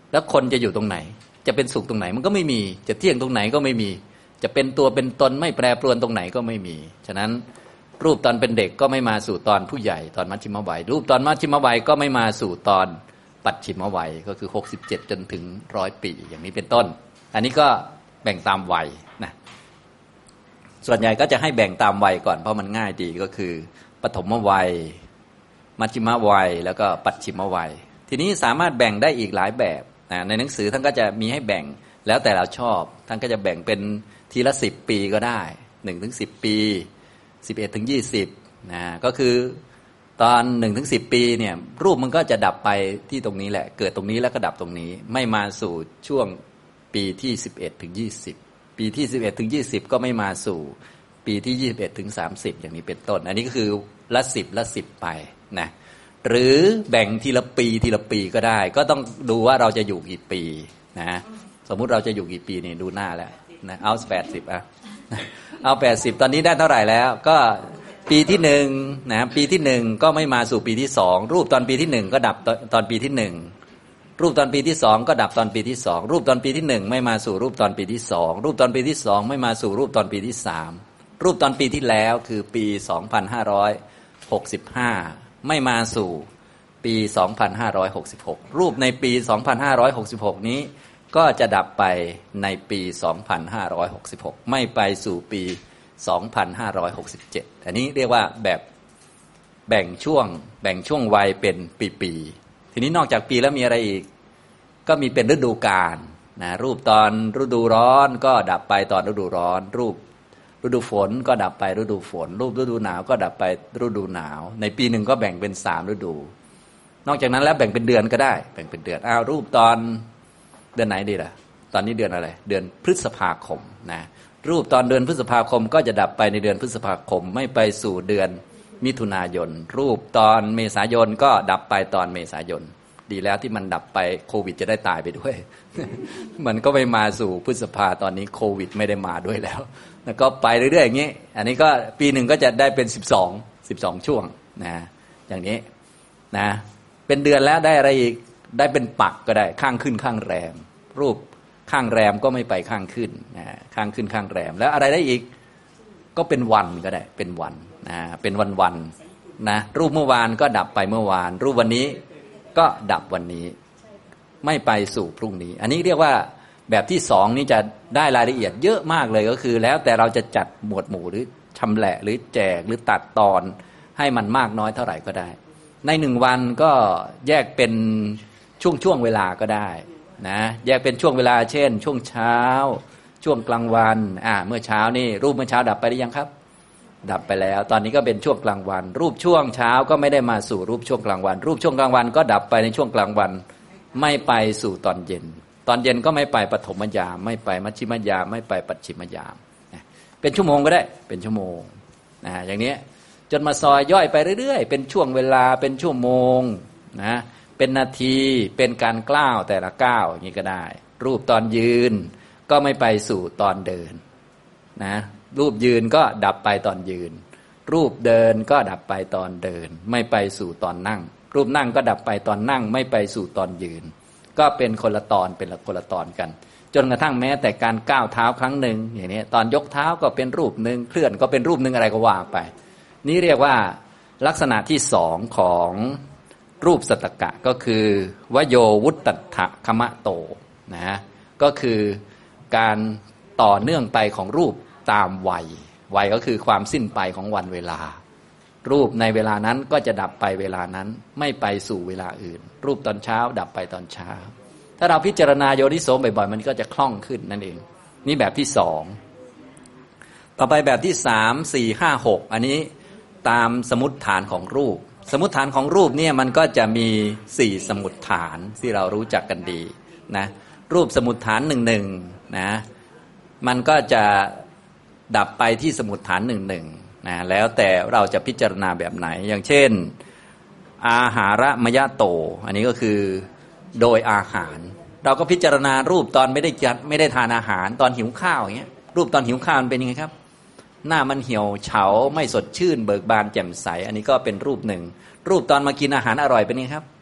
Speaker 1: แล้วคนจะอยู่ตรงไหนจะเป็นสุขตรงไหนมันก็ไม่มีจะเที่ยงตรงไหนก็ไม่มีจะเป็นตัวเป็นตนไม่แปรปรวนตรงไหนก็ไม่มีฉะนั้นรูปตอนเป็นเด็กก็ไม่มาสู่ตอนผู้ใหญ่ตอนมัชฌิมวัยรูปตอนมัชฌิมวัยก็ไม่มาสู่ตอนปัจฉิมวัยก็คือหกสิบเจ็ดจนถึงร้อยปีอย่างนี้เป็นต้นอันนี้ก็แบ่งตามวัยนะส่วนใหญ่ก็จะให้แบ่งตามวัยก่อนเพราะมันง่ายดีก็คือปฐมวัยมัชฌิมวัยแล้วก็ปัจฉิมวัยทีนี้สามารถแบ่งได้อีกหลายแบบนะในหนังสือท่านก็จะมีให้แบ่งแล้วแต่เราชอบท่านก็จะแบ่งเป็นทีละสิบปีก็ได้หนึ่งถึงสิบปีสิบเอ็ดถึงยี่สิบนะก็คือตอนหนึ่งถึงสิบปีเนี่ยรูปมันก็จะดับไปที่ตรงนี้แหละเกิดตรงนี้แล้วก็ดับตรงนี้ไม่มาสู่ช่วงปีที่สิบเอ็ดถึงยี่สิบปีที่สิบเอ็ดถึงยี่สิบก็ไม่มาสู่ปีที่ยี่สิบเอ็ดถึงสามสิบอย่างนี้เป็นต้นอันนี้ก็คือละสิบละสิบไปนะหรือแบ่งทีละปีทีละปีก็ได้ก็ต้องดูว่าเราจะอยู่กี่ปีนะสมมุติเราจะอยู่กี่ปีนี่ดูหน้าแล้วนะเอาแปดสิบอ่ะเอาแปดสิบตอนนี้ได้เท่าไหร่แล้วก็ปีที่หนึ่งนะปีที่หนึ่งก็ไม่มาสู่ปีที่สองรูปตอนปีที่หนึ่งก็ดับตอนปีที่หนึ่งรูปตอนปีที่สองก็ดับตอนปีที่สองรูปตอนปีที่หนึ่งไม่มาสู่รูปตอนปีที่สองรูปตอนปีที่สองไม่มาสู่รูปตอนปีที่สามรูปตอนปีที่แล้วคือปีสองพันห้าร้อยหกสิบห้าไม่มาสู่ปีสองพันห้าร้อยหกสิบหกรูปในปีสองพันห้าร้อยหกสิบหกนี้ก็จะดับไปในปีสองพันห้าร้อยหกสิบหกไม่ไปสู่ปีสองพันห้าร้อยหกสิบเจ็ดอันนี้เรียกว่าแบบแบ่งช่วงแบ่งช่วงวัยเป็นปีๆทีนี้นอกจากปีแล้วมีอะไรอีกก็มีเป็นฤดูกาลนะรูปตอนฤดูร้อนก็ดับไปตอนฤดูร้อนรูปฤดูฝนก็ดับไปฤดูฝนรูปฤดูหนาวก็ดับไปฤดูหนาวในปีหนึ่งก็แบ่งเป็นสามฤดูนอกจากนั้นแล้วแบ่งเป็นเดือนก็ได้แบ่งเป็นเดือนอ้าวรูปตอนเดือนไหนดีล่ะตอนนี้เดือนอะไรเดือนพฤษภาคมนะรูปตอนเดือนพฤษภาคมก็จะดับไปในเดือนพฤษภาคมไม่ไปสู่เดือนมิถุนายนรูปตอนเมษายนก็ดับไปตอนเมษายนดีแล้วที่มันดับไปโควิดจะได้ตายไปด้วย มันก็ไม่มาสู่พฤษภาตอนนี้โควิดไม่ได้มาด้วยแล้วแล้วก็ไปเรื่อยๆอย่างนี้อันนี้ก็ปีหนึ่งก็จะได้เป็นสิบสอง สิบสองช่วงนะอย่างนี้นะเป็นเดือนแล้วได้อะไรอีกได้เป็นปักก็ได้ข้างขึ้นข้างแรมรูปข้างแรมก็ไม่ไปข้างขึ้นนะข้างขึ้นข้างแรมแล้วอะไรได้อีกก็เป็นวันก็ได้เป็นวันนะเป็นวันวันนะรูปเมื่อวานก็ดับไปเมื่อวานรูปวันนี้ก็ดับวันนี้ไม่ไปสู่พรุ่งนี้อันนี้เรียกว่าแบบที่สองนี่จะได้รายละเอียดเยอะมากเลยก็คือแล้วแต่เราจะจัดหมวดหมู่หรือชำแหละหรือแจกหรือตัดตอนให้มันมากน้อยเท่าไหร่ก็ได้ในหนึ่งวันก็แยกเป็นช่วงช่วงเวลาก็ได้นะแยกเป็นช่วงเวลาเช่นช่วงเช้าช่วงกลางวันอ่าเมื่อเช้านี่รูปเมื่อเช้าดับไปหรือยังครับดับไปแล้วตอนนี้ก็เป็นช่วงกลางวันรูปช่วงเช้าก็ไม่ได้มาสู่รูปช่วงกลางวันรูปช่วงกลางวันก็ดับไปในช่วงกลางวันไม่ไปสู่ตอนเย็นตอนเย็นก็ไม่ไปปฐมยามไม่ไปมัชฌิมยามไม่ไปปัจฉิมยามเป็นชั่วโมงก็ได้เป็นชั่วโมงนะอย่างนี้จนมาซอยย่อยไปเรื่อยๆเป็นช่วงเวลาเป็นชั่วโมงนะเป็นนาทีเป็นการกล้าวแต่ละก้าวอย่างนี้ก็ได้รูปตอนยืนก็ไม่ไปสู่ตอนเดินนะรูปยืนก็ดับไปตอนยืนรูปเดินก็ดับไปตอนเดินไม่ไปสู่ตอนนั่งรูปนั่งก็ดับไปตอนนั่งไม่ไปสู่ตอนยืนก็เป็นคนละตอนเป็นคนละตอนกันจนกระทั่งแม้แต่การก้าวเท้าครั้งหนึ่งอย่างนี้ตอนยกเท้าก็เป็นรูปหนึ่งเคลื่อนก็เป็นรูปหนึ่งอะไรก็ว่าไปนี่เรียกว่าลักษณะที่สองของรูปสัตตกะก็คือวโยวุตตะคมะโตนะก็คือการต่อเนื่องไปของรูปตามวัยวัยก็คือความสิ้นไปของวันเวลารูปในเวลานั้นก็จะดับไปเวลานั้นไม่ไปสู่เวลาอื่นรูปตอนเช้าดับไปตอนเช้าถ้าเราพิจารณาโยนิโสบ่อยๆมันก็จะคล่องขึ้นนั่นเองนี่แบบที่สองต่อไปแบบที่สามสี่ห้าหกอันนี้ตามสมมุติฐานของรูปสมมุติฐานของรูปเนี่ยมันก็จะมีสี่สมุฏฐานที่เรารู้จักกันดีนะรูปสมุฏฐานหนึ่งหนึ่งนะมันก็จะดับไปที่สมุฏฐานหนึ่งหนึ่งนะแล้วแต่เราจะพิจารณาแบบไหนอย่างเช่นอาหารมยโตอันนี้ก็คือโดยอาหารเราก็พิจารณารูปตอนไม่ได้จัดไม่ได้ทานอาหารตอนหิวข้าวอย่างเงี้ยรูปตอนหิวข้าวมันเป็นยังไงครับหน้ามันเหี่ยวเฉาไม่สดชื่นเบิกบานแจ่มใสอันนี้ก็เป็นรูปหนึ่งรูปตอนมากินอาหารอร่อยเป็นยังไงครับ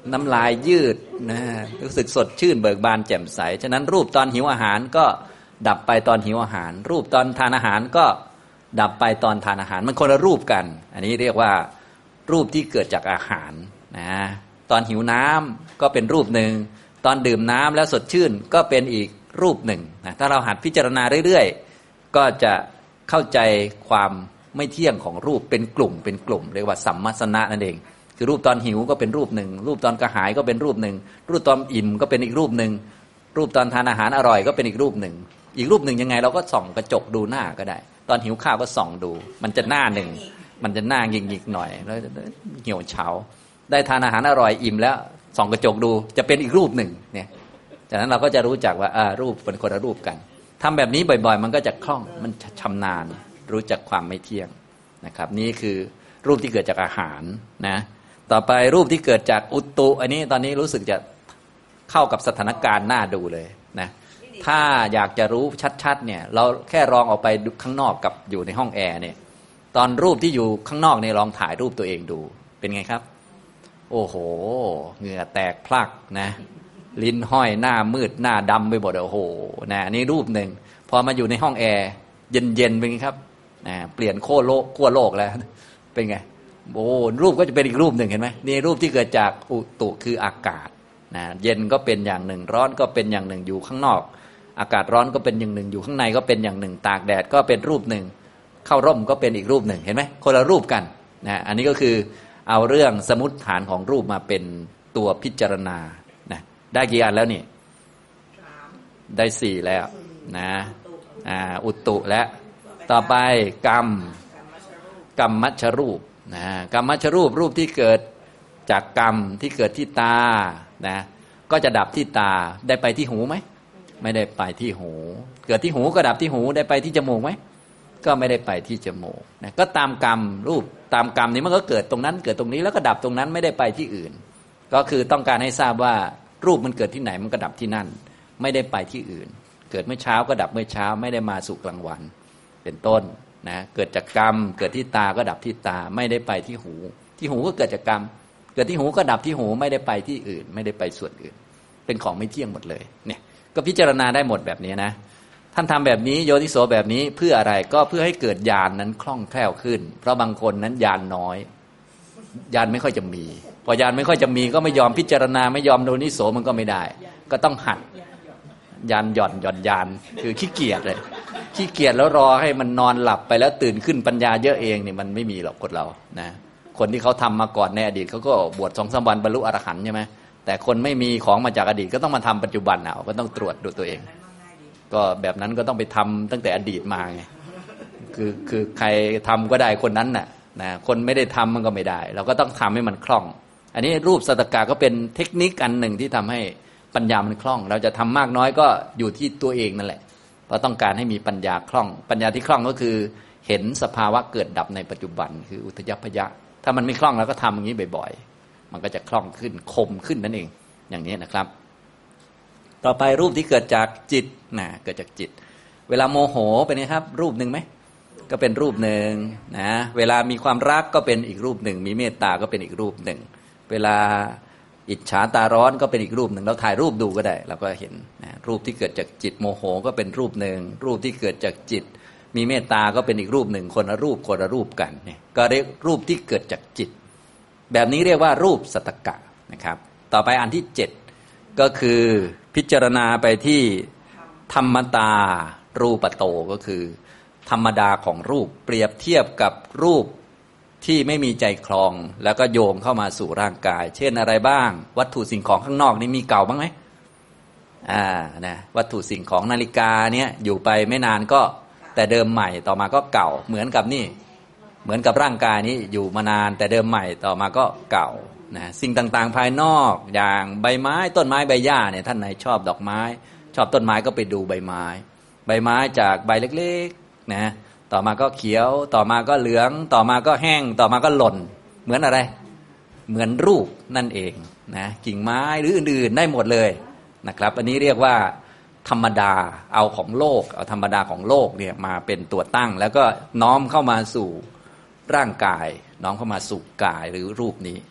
Speaker 1: น้ำลายยืดนะรู้สึกสดชื่นเบิกบานแจ่มใสฉะนั้นรูปตอนหิวอาหารก็ดับไปตอนหิวอาหารรูปตอนทานอาหารก็ดับไปตอนทานอาหารมันคนละรูปกันอันนี้เรียกว่ารูปที่เกิดจากอาหารนะตอนหิวน้ำก็เป็นรูปหนึ่งตอนดื่มน้ำแล้วสดชื่นก็เป็นอีกรูปหนึ่งนะถ้าเราหัดพิจารณาเรื่อยๆก็จะเข้าใจความไม่เที่ยงของรูปเป็นกลุ่มเป็นกลุ่มเรียกว่าสัมมัสนะนั่นเองคือรูปตอนหิวก็เป็นรูปหนึ่งรูปตอนกระหายก็เป็นรูปหนึ่งรูปตอนอิ่มก็เป็นอีกรูปหนึ่งรูปตอนทานอาหารอร่อยก็เป็นอีกรูปหนึ่งอีกรูปหนึ่งยังไงเราก็ส่องกระจกดูหน้าก็ได้ตอนหิวข้าวก็ส่องดูมันจะหน้าหนึ่งมันจะหน้าหงิกๆหน่อยแล้วเหี่ยวเฉาได้ทานอาหารอร่อยอิ่มแล้วส่องกระจกดูจะเป็นอีกรูปหนึ่งเนี่ยจากนั้นเราก็จะรู้จักว่ารูปเป็นคนละรูปกันทำแบบนี้บ่อยๆมันก็จะคล่องมันชำนาญรู้จักความไม่เที่ยงนะครับนี่คือรูปที่เกิดจากอาหารนะต่อไปรูปที่เกิดจากอุตตุอันนี้ตอนนี้รู้สึกจะเข้ากับสถานการณ์น่าดูเลยนะถ้าอยากจะรู้ชัดๆเนี่ยเราแค่ลองออกไปข้างนอกกับอยู่ในห้องแอร์เนี่ยตอนรูปที่อยู่ข้างนอกเนี่ยลองถ่ายรูปตัวเองดูเป็นไงครับโอ้โหเหงื่อแตกพลักนะลิ้นห้อยหน้ามืดหน้าดำไปหมดโอ้โหนะนี่รูปหนึ่งพอมาอยู่ในห้องแอร์เย็นๆเป็นไงครับนะเปลี่ยนโค้โลกขั้วโลกแล้วเป็นไงโอ้รูปก็จะเป็นอีกรูปหนึ่งเห็นไหมนี่รูปที่เกิดจากอุตุคืออากาศนะเย็นก็เป็นอย่างหนึ่งร้อนก็เป็นอย่างหนึ่งอยู่ข้างนอกอากาศร้อนก็เป็นอย่างหนึ่งอยู่ข้างในก็เป็นอย่างหนึ่งตากแดดก็เป็นรูปหนึ่งเข้าร่มก็เป็นอีกรูปหนึ่งเห็นไหมคนละรูปกันนะอันนี้ก็คือเอาเรื่องสมมุติฐานของรูปมาเป็นตัวพิจารณานะได้กี่อันแล้วนี่ได้สี่แล้วนะอ่าอุตุและต่อไปกรรมกรรมมัชรูปนะกรรมมัชรูปรูปที่เกิดจากกรรมที่เกิดที่ตานะก็จะดับที่ตาได้ไปที่หูไหมไม่ได้ไปที่หูเกิดที่หูก็ดับที่หูได้ไปที่จมูกไหมก็ไม่ได้ไปที่จมูกนะก็ตามกรรมรูปตามกรรมนี้มันก็เกิดตรงนั้นเกิดตรงนี้แล้วก็ดับตรงนั้นไม่ได้ไปที่อื่นก็คือต้องการให้ทราบว่ารูปมันเกิดที่ไหนมันก็ดับที่นั่นไม่ได้ไปที่อื่นเกิดเมื่อเช้าก็ดับเมื่อเช้าไม่ได้มาสู่กลางวันเป็นต้นนะเกิดจากกรรมเกิดที่ตาก็ดับที่ตาไม่ได้ไปที่หูที่หูก็เกิดจากกรรมเกิดที่หูก็ดับที่หูไม่ได้ไปที่อื่นไม่ได้ไปส่วนอื่นเป็นของไม่เที่ยงหมดเลยเนี่ยก็พิจารณาได้หมดแบบนี้นะท่านทำแบบนี้โยนิโสแบบนี้เพื่ออะไรก็เพื่อให้เกิดญาณ น, นั้นคล่องแคล่วขึ้นเพราะบางคนนั้นญาณ น้อยญาณไม่ค่อยจะมีพอญาณไม่ค่อยจะมีก็ไม่ยอมพิจารณาไม่ยอมโยนิโสมันก็ไม่ได้ก็ต้องหัดญาณหย่อนหย่อนญาณคือขี้เกียจเลยขี้เกียจแล้วรอให้มันนอนหลับไปแล้วตื่นขึ้นปัญญาเยอะเองเนี่ยมันไม่มีหรอกคนเรานะคนที่เขาทำมาก่อนในอดีตเขาก็บวชสองสามวันบรรลุอรหันต์ใช่ไหมแต่คนไม่มีของมาจากอดีตก็ต้องมาทำปัจจุบันเอาก็ต้องตรวจดูตัวเองก็แบบนั้นก็ต้องไปทำตั้งแต่อดีตมาไงคือคือใครทำก็ได้คนนั้นน่ะนะคนไม่ได้ทำมันก็ไม่ได้เราก็ต้องทำให้มันคล่องอันนี้รูปสัตตกะก็เป็นเทคนิคอันหนึ่งที่ทำให้ปัญญามันคล่องเราจะทำมากน้อยก็อยู่ที่ตัวเองนั่นแหละเพราะต้องการให้มีปัญญาคล่องปัญญาที่คล่องก็คือเห็นสภาวะเกิดดับในปัจจุบันคืออุทยัพพยะถ้ามันไม่คล่องเราก็ทำอย่างนี้บ่อยๆมันก็จะคล่องขึ้นคมขึ้นนั่นเองอย่างนี้นะครับต่อไปรูปที่เกิดจากจิตนะเกิดจากจิตเวลาโมโหเป็นไงครับรูปหนึ่งไหมก็เป็นรูปหนึ่งนะเวลามีความรักก็เป็นอีกรูปหนึ่งมีเมตตาก็เป็นอีกรูปหนึ่งเวลาอิจฉาตาร้อนก็เป็นอีกรูปหนึ่งเราถ่ายรูปดูก็ได้เราก็เห็นนะรูปที่เกิดจากจิตโมโหก็เป็นรูปหนึ่งรูปที่เกิดจากจิตมีเมตตาก็เป็นอีกรูปหนึ่งคนละรูปคนละรูปกันเนี่ยก็เรียกรูปที่เกิดจากจิตแบบนี้เรียกว่ารูปสัตตกะนะครับต่อไปอันที่เจ็ดก็คือพิจารณาไปที่ธรรมตารูปโตก็คือธรรมดาของรูปเปรียบเทียบกับรูปที่ไม่มีใจคลองแล้วก็โยงเข้ามาสู่ร่างกายเช่นอะไรบ้างวัตถุสิ่งของข้างนอกนี่มีเก่าบ้างไหมอ่านะวัตถุสิ่งของนาฬิกาเนี้ยอยู่ไปไม่นานก็แต่เดิมใหม่ต่อมาก็เก่าเหมือนกับนี่เหมือนกับร่างกายนี้อยู่มานานแต่เดิมใหม่ต่อมาก็เก่านะสิ่งต่างๆภายนอกอย่างใบไม้ต้นไม้ใบหญ้าเนี่ยท่านไหนชอบดอกไม้ชอบต้นไม้ก็ไปดูใบไม้ใบไม้จากใบเล็กๆนะต่อมาก็เขียวต่อมาก็เหลืองต่อมาก็แห้งต่อมาก็หล่นเหมือนอะไรเหมือนรูปนั่นเองนะกิ่งไม้หรืออื่นๆได้หมดเลยนะครับอันนี้เรียกว่าธรรมดาเอาของโลกเอาธรรมดาของโลกเนี่ยมาเป็นตัวตั้งแล้วก็น้อมเข้ามาสู่ร่างกายน้อมเข้ามาสู่กายหรือรูปนี้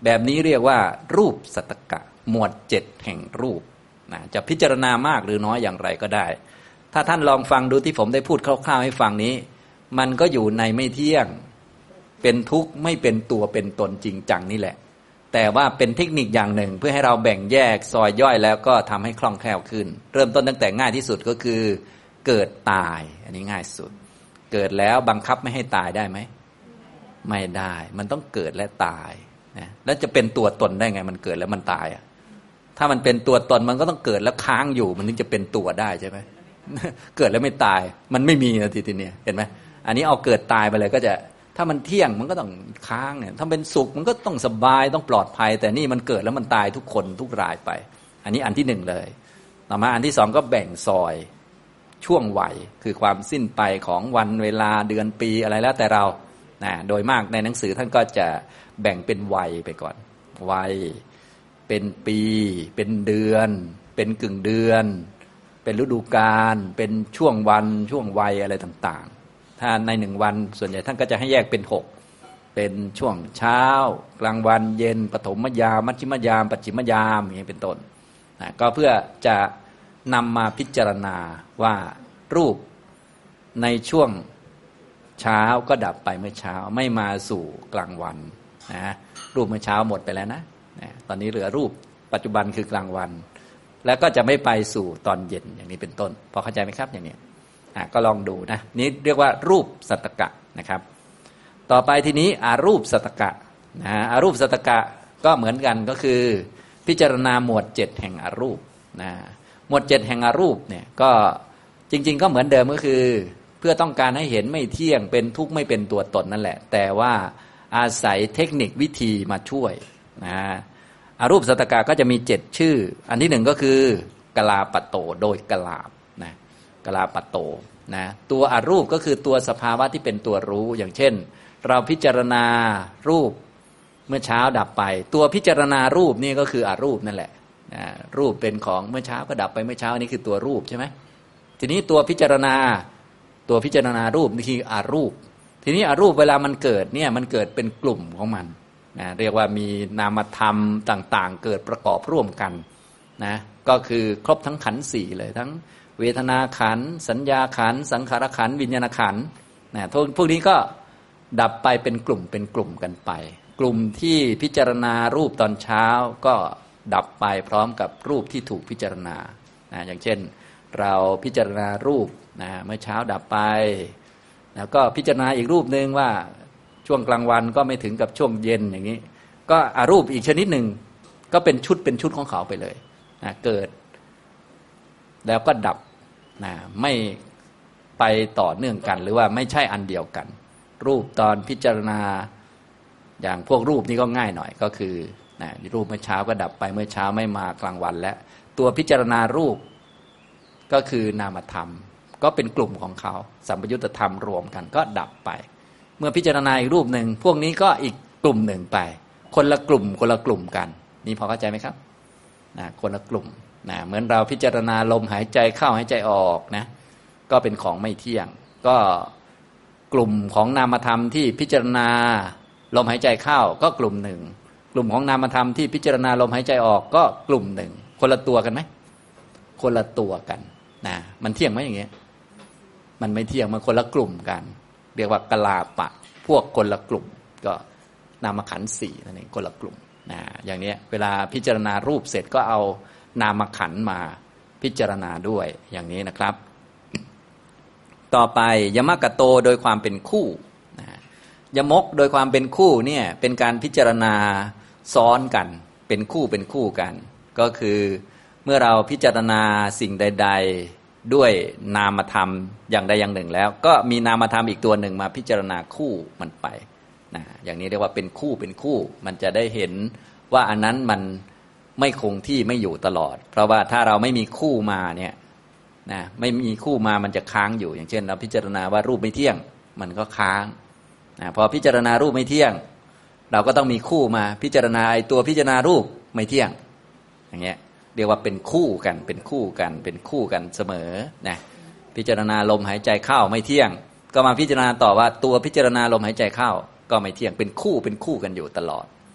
Speaker 1: แบบนี้เรียกว่ารูปสัตตกะหมวดเจ็ดแห่งรูปนะจะพิจารณามากหรือน้อยอย่างไรก็ได้ถ้าท่านลองฟังดูที่ผมได้พูดคร่าวๆให้ฟังนี้มันก็อยู่ในไม่เที่ยงเป็นทุกข์ไม่เป็นตัวเป็นตนจริงจังนี่แหละแต่ว่าเป็นเทคนิคอย่างหนึ่งเพื่อให้เราแบ่งแยกซอยย่อยแล้วก็ทำให้คล่องแคล่วขึ้นเริ่มต้นตั้งแต่ง่ายที่สุดก็คือเกิดตายอันนี้ง่ายสุดเกิดแล้วบังคับไม่ให้ตายได้ไหมไม่ได้มันต้องเกิดและตายนะแล้วจะเป็นตัวตนได้ไงมันเกิดแล้วมันตายอ่ะถ้ามันเป็นตัวตนมันก็ต้องเกิดแล้วค้างอยู่มันถึงจะเป็นตัวได้ใช่ไหม เกิดแล้วไม่ตายมันไม่มีนะทีทีเนี้ยเห็นไหมอันนี้เอาเกิดตายไปเลยก็จะถ้ามันเที่ยงมันก็ต้องค้างเนี่ยถ้าเป็นสุขมันก็ต้องสบายต้องปลอดภัยแต่นี่มันเกิดแล้วมันตายทุกคนทุกรายไปอันนี้อันที่หนึ่งเลยต่อมาอันที่สองก็แบ่งซอยช่วงวัยคือความสิ้นไปของวันเวลาเดือนปีอะไรแล้วแต่เรานะโดยมากในหนังสือท่านก็จะแบ่งเป็นวัยไปก่อนวัยเป็นปีเป็นเดือนเป็นกึ่งเดือนเป็นฤดูกาลเป็นช่วงวันช่วงวัยอะไรต่างๆถ้าในหนึ่งวันส่วนใหญ่ท่านก็จะให้แยกเป็นหกเป็นช่วงเช้ากลางวันเย็นปฐมยามมัชฌิมยามปัจฉิมยามอย่างนี้เป็นต้นนะก็เพื่อจะนำมาพิจารณาว่ารูปในช่วงเช้าก็ดับไปเมื่อเช้าไม่มาสู่กลางวันนะรูปเมื่อเช้าหมดไปแล้วนะนะตอนนี้เหลือรูปปัจจุบันคือกลางวันแล้วก็จะไม่ไปสู่ตอนเย็นอย่างนี้เป็นต้นพอเข้าใจไหมครับอย่างนี้ก็ลองดูนะนี้เรียกว่ารูปสัตตกะนะครับต่อไปทีนี้อารูปสัตตกะนะอารูปสัตตกะก็เหมือนกันก็คือพิจารณาหมวดเจ็ดแห่งอารูปนะหมวดเจ็ดแห่งอารูปเนี่ยก็จริงๆก็เหมือนเดิมก็คือเพื่อต้องการให้เห็นไม่เที่ยงเป็นทุกข์ไม่เป็นตัวตนนั่นแหละแต่ว่าอาศัยเทคนิควิธีมาช่วยนะอารูปสัตตกะก็จะมีเจ็ดชื่ออันที่หนึ่งก็คือกลาปโตโดยกลาบนะกลาปโตนะตัวอารูปก็คือตัวสภาวะที่เป็นตัวรู้อย่างเช่นเราพิจารณารูปเมื่อเช้าดับไปตัวพิจารณารูปนี่ก็คืออารูปนั่นแหละนะรูปเป็นของเมื่อเช้าก็ดับไปเมื่อเช้านี่คือตัวรูปใช่ไหมทีนี้ตัวพิจารณาตัวพิจารณารูปนี่คืออารูปทีนี้อารูปเวลามันเกิดเนี่ยมันเกิดเป็นกลุ่มของมันนะเรียกว่ามีนามธรรมต่างๆเกิดประกอบร่วมกันนะก็คือครบทั้งขันธ์สี่เลยทั้งเวทนาขันธ์สัญญาขันธ์สังขารขันธ์วิญญาณขันธ์นะพวกนี้ก็ดับไปเป็นกลุ่มเป็นกลุ่มกันไปกลุ่มที่พิจารณารูปตอนเช้าก็ดับไปพร้อมกับรูปที่ถูกพิจารณานะอย่างเช่นเราพิจารณารูปนะเมื่อเช้าดับไปแล้วก็พิจารณาอีกรูปนึงว่าช่วงกลางวันก็ไม่ถึงกับช่วงเย็นอย่างนี้ก็อารูปอีกชนิดหนึ่งก็เป็นชุดเป็นชุดของเขาไปเลยนะเกิดแล้วก็ดับนะไม่ไปต่อเนื่องกันหรือว่าไม่ใช่อันเดียวกันรูปตอนพิจารณาอย่างพวกรูปนี้ก็ง่ายหน่อยก็คือนะรูปเมื่อเช้าก็ดับไปเมื่อเช้าไม่มากลางวันและตัวพิจารณารูปก็คือนามธรรมก็เป็นกลุ่มของเขาสัมปยุตธรรมรวมกันก็ดับไปเมื่อพิจารณาอีกรูปหนึ่งพวกนี้ก็อีกกลุ่มหนึ่งไปคนละกลุ่มคนละกลุ่มกันนี่พอเข้าใจไหมครับนะคนละกลุ่มนะเหมือนเราพิจารณาลมหายใจเข้าหายใจออกนะก็เป็นของไม่เที่ยงก็กลุ่มของนามธรรมที่พิจารณาลมหายใจเข้าก็กลุ่มหนึ่งกลุ่มของนามธรรมที่พิจารณาลมหายใจออกก็กลุ่มหนึ่งคนละตัวกันไหมคนละตัวกันนะมันเที่ยงไหมอย่างเงี้ยมันไม่เที่ยงมันคนละกลุ่มกันเรียกว่ากลาปะพวกคนละกลุ่มก็นามขันธ์สี่นั่นเองคนละกลุ่มนะอย่างนี้เวลาพิจารณารูปเสร็จก็เอานามขันธ์มาพิจารณาด้วยอย่างนี้นะครับต่อไปยมกโตโดยความเป็นคู่นะยมกโดยความเป็นคู่เนี่ยเป็นการพิจารณาซ้อนกันเป็นคู่เป็นคู่กันก็คือเมื่อเราพิจารณาสิ่งใดๆด้วยนามธรรมอย่างใดอย่างหนึ่งแล้วก็มีนามธรรมอีกตัวหนึ่งมาพิจารณาคู่มันไปนะอย่างนี้เรียกว่าเป็นคู่เป็นคู่มันจะได้เห็นว่าอันนั้นมันไม่คงที่ไม่อยู่ตลอดเพราะว่าถ้าเราไม่มีคู่มาเนี่ยนะไม่มีคู่มามันจะค้างอยู่อย่างเช่นเราพิจารณาว่ารูปไม่เที่ยงมันก็ค้างนะพอพิจารณารูปไม่เที่ยงเราก็ต้องมีคู่มาพิจารณาไอ้ตัวพิจารณารูปไม่เที่ยงอย่างเงี้ยเรียกว่าเป็นคู่กันเป็นคู่กันเป็นคู่กันเสมอนะพิจารณาลมหายใจเข้าไม่เที่ยงก็มาพิจารณาต่อว่าตัวพิจารณาลมหายใจเข้าก็ไม่เที่ยงเป็นคู่เป็นคู่กันอยู่ตลอด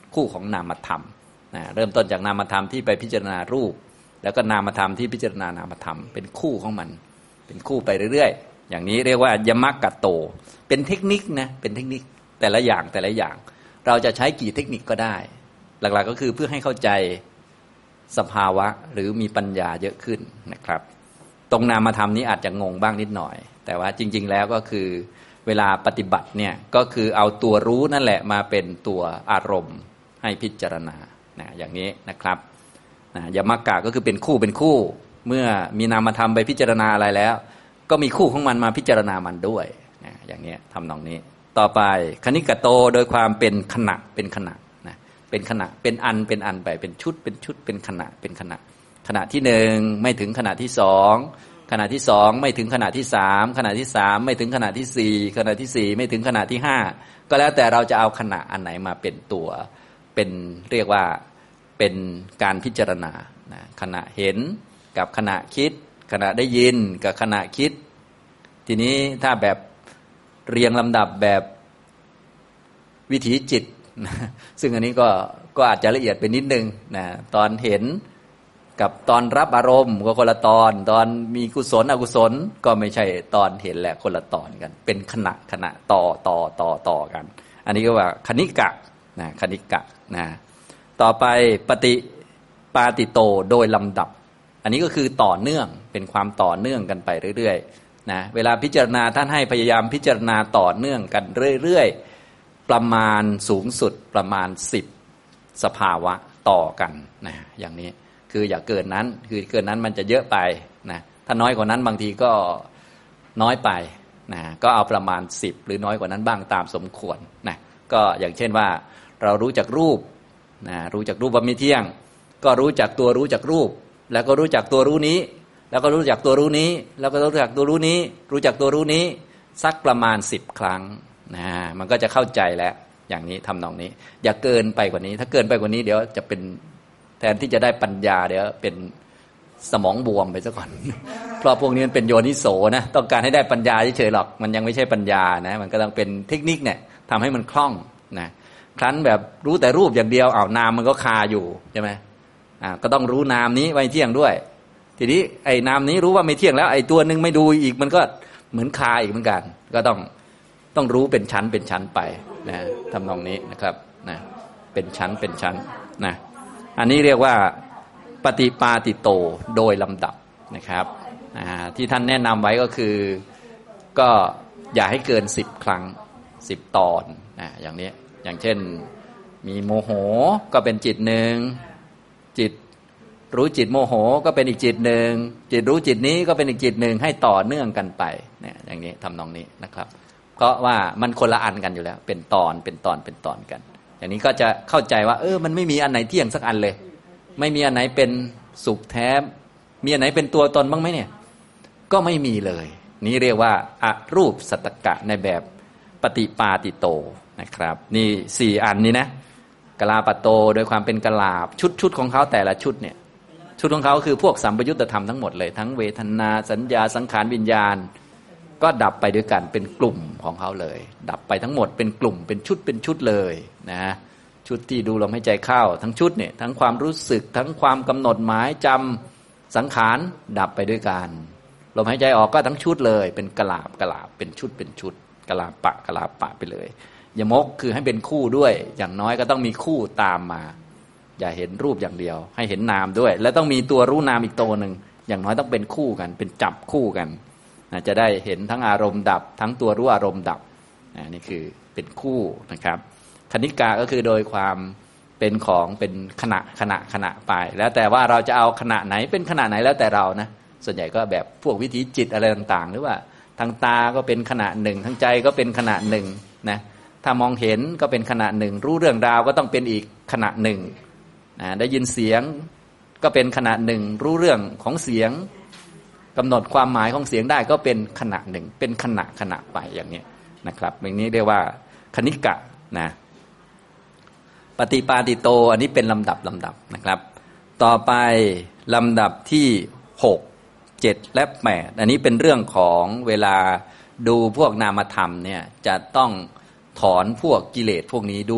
Speaker 1: คู่ของนามธรรมนะเริ่มต้นจากนามธรรมที่ไปพิจารณารูปแล้วก็นามธรรมที่พิจารณานามธรรมเป็นคู่ของมันเป็นคู่ไปเรื่อยๆอย่างนี้เรียกว่ายมัคกโตเป็นเทคนิคนะเป็นเทคนิคแต่ละอย่างแต่ละอย่างเราจะใช้กี่เทคนิคก็ได้หลักๆก็คือเพื่อให้เข้าใจสภาวะหรือมีปัญญาเยอะขึ้นนะครับตรงนามธรรมนี้อาจจะงงบ้างนิดหน่อยแต่ว่าจริงๆแล้วก็คือเวลาปฏิบัติเนี่ยก็คือเอาตัวรู้นั่นแหละมาเป็นตัวอารมณ์ให้พิจารณานะอย่างนี้นะครับนะยมัคกะก็คือเป็นคู่เป็นคู่เมื่อมีนามธรรมไปพิจารณาอะไรแล้วก็มีคู่ของมันมาพิจารณามันด้วยนะอย่างนี้ทำนองนี้ต่อไปคณิกโตโดยความเป็นขณะเป็นขณะนะเป็นขณะเป็นอันเป็นอันไปเป็นชุดเป็นชุดเป็นขณะเป็นขณะขณะที่หนึ่งไม่ถึงขณะที่สองขณะที่สองไม่ถึงขณะที่สามขณะที่สามไม่ถึงขณะที่สี่ขณะที่สี่ไม่ถึงขณะที่ห้าก็แล้วแต่เราจะเอาขณะอันไหนมาเป็นตัวเป็นเรียกว่าเป็นการพิจารณานะขณะเห็นกับขณะคิดขณะได้ยินกับขณะคิดทีนี้ถ้าแบบเรียงลำดับแบบวิถีจิตนะซึ่งอันนี้ก็ก็อาจจะละเอียดไปนิดนึงนะตอนเห็นกับตอนรับอารมณ์ก็คนละตอนตอนมีกุศลอกุศลก็ไม่ใช่ตอนเห็นแหละคนละตอนกันเป็นขณะขณะต่อต่อต่อต่อกันอันนี้ก็ว่าคณิกะนะคณิกะนะต่อไปปฏิปาติโตโดยลำดับอันนี้ก็คือต่อเนื่องเป็นความต่อเนื่องกันไปเรื่อยๆนะเวลาพิจารณาท่านให้พยายามพิจารณาต่อเนื่องกันเรื่อยๆประมาณสูงสุดประมาณสิบสภาวะต่อกันนะอย่างนี้คืออย่าเกินนั้นคือเกินนั้นมันจะเยอะไปนะถ้าน้อยกว่านั้นบางทีก็น้อยไปนะก็เอาประมาณสิบหรือน้อยกว่านั้นบ้างตามสมควรนะก็อย่างเช่นว่าเรารู้จักรูปนะรู้จักรูปว่าไม่เที่ยงก็รู้จักตัวรู้จักรูปแล้วก็รู้จักตัวรู้นี้แล้วก็รู้จักตัวรู้นี้แล้วก็รู้จักตัวรู้นี้รู้จักตัวรู้นี้สักประมาณสิบครั้งนะมันก็จะเข้าใจแล้วอย่างนี้ทำนองนี้อย่าเกินไปกว่านี้ถ้าเกินไปกว่านี้เดี๋ยวจะเป็นแทนที่จะได้ปัญญาเดี๋ยวเป็นสมองบวมไปซะก่อน เพราะพวกนี้มันเป็นโยนิโสนะต้องการให้ได้ปัญญาเฉยๆหรอกมันยังไม่ใช่ปัญญานะมันก็ต้องเป็นเทคนิคเนี่ยทำให้มันคล่องนะครั้นแบบรู้แต่รูปอย่างเดียวอ้าวนามมันก็คาอยู่ใช่ไหมอ่าก็ต้องรู้นามนี้ไม่เที่ยงด้วยทีนี้ไอ้นามนี้รู้ว่าไม่เที่ยงแล้วไอ้ตัวนึงไม่ดูอีกมันก็เหมือนคาอีกเหมือนกันก็ต้องต้องรู้เป็นชั้นเป็นชั้นไปนะทำนองนี้นะครับนะเป็นชั้นเป็นชั้นนะอันนี้เรียกว่าปฏิปาติโตโดยลำดับนะครับที่ท่านแนะนำไว้ก็คือก็อย่าให้เกินสิบครั้งสิบตอนนะอย่างนี้อย่างเช่นมีโมโหก็เป็นจิตหนึ่งจิตรู้จิตโมโหก็เป็นอีกจิตหนึ่งจิตรู้จิตนี้ก็เป็นอีกจิตหนึ่งให้ต่อเนื่องกันไปเนี่ยอย่างนี้ทำนองนี้นะครับเพราะว่ามันคนละอันกันอยู่แล้วเป็นตอนเป็นตอนเป็นตอนกันอย่างนี้ก็จะเข้าใจว่าเออมันไม่มีอันไหนเที่ยงสักอันเลยไม่มีอันไหนเป็นสุขแท้มีอันไหนเป็นตัวตนบ้างไหมเนี่ยก็ไม่มีเลยนี่เรียกว่าอรูปสัตตกะในแบบปฏิปาติโตนะครับนี่สี่อันนี้นะกลาปโตโดยความเป็นกลาบชุดชุดของเขาแต่ละชุดเนี่ยชุดของเขาคือพวกสัมปยุตธรรมทั้งหมดเลยทั้งเวทนาสัญญาสังขารวิญญาณก็ดับไปด้วยกันเป็นกลุ่มของเขาเลยดับไปทั้งหมดเป็นกลุ่มเป็นชุดเป็นชุดเลยนะชุดที่ดูลมหายใจเข้าทั้งชุดเนี่ยทั้งความรู้สึกทั้งความกำหนดหมายจำสังขารดับไปด้วยกันลมหายใจออกก็ทั้งชุดเลยเป็นกลาบกลาบเป็นชุดเป็นชุดกลาปะกลาปะไปเลยยมกคือให้เป็นคู่ด้วยอย่างน้อยก็ต้องมีคู่ตามมาอย่าเห็นรูปอย่างเดียวให้เห็นนามด้วยและต้องมีตัวรู้นามอีกตัวหนึ่งอย่างน้อยต้องเป็นคู่กันเป็นจับคู่กันนะจะได้เห็นทั้งอารมณ์ดับทั้งตัวรู้อารมณ์ดับนะนี่คือเป็นคู่นะครับคณิกาก็คือโดยความเป็นของเป็นขณะขณะขณะไปแล้วแต่ว่าเราจะเอาขณะไหนเป็นขณะไหนแล้วแต่เรานะส่วนใหญ่ก็แบบพวกวิถีจิตอะไรต่างๆหรือว่าทางตาก็เป็นขณะหนึ่งทางใจก็เป็นขณะหนึ่งนะถ้ามองเห็นก็เป็นขณะหนึ่งรู้เรื่องราวก็ต้องเป็นอีกขณะหนึ่งนะได้ยินเสียงก็เป็นขณะหนึ่งรู้เรื่องของเสียงกำหนดความหมายของเสียงได้ก็เป็นขณะหนึ่งเป็นขณะขณะไปอย่างนี้นะครับอย่างนี้เรียกว่าคณิกะนะปฏิปาติโตอันนี้เป็นลำดับลำดับนะครับต่อไปลำดับที่หก เจ็ดและแปดอันนี้เป็นเรื่องของเวลาดูพวกนามธรรมเนี่ยจะต้องถอนพวกกิเลสพวกนี้ด้วย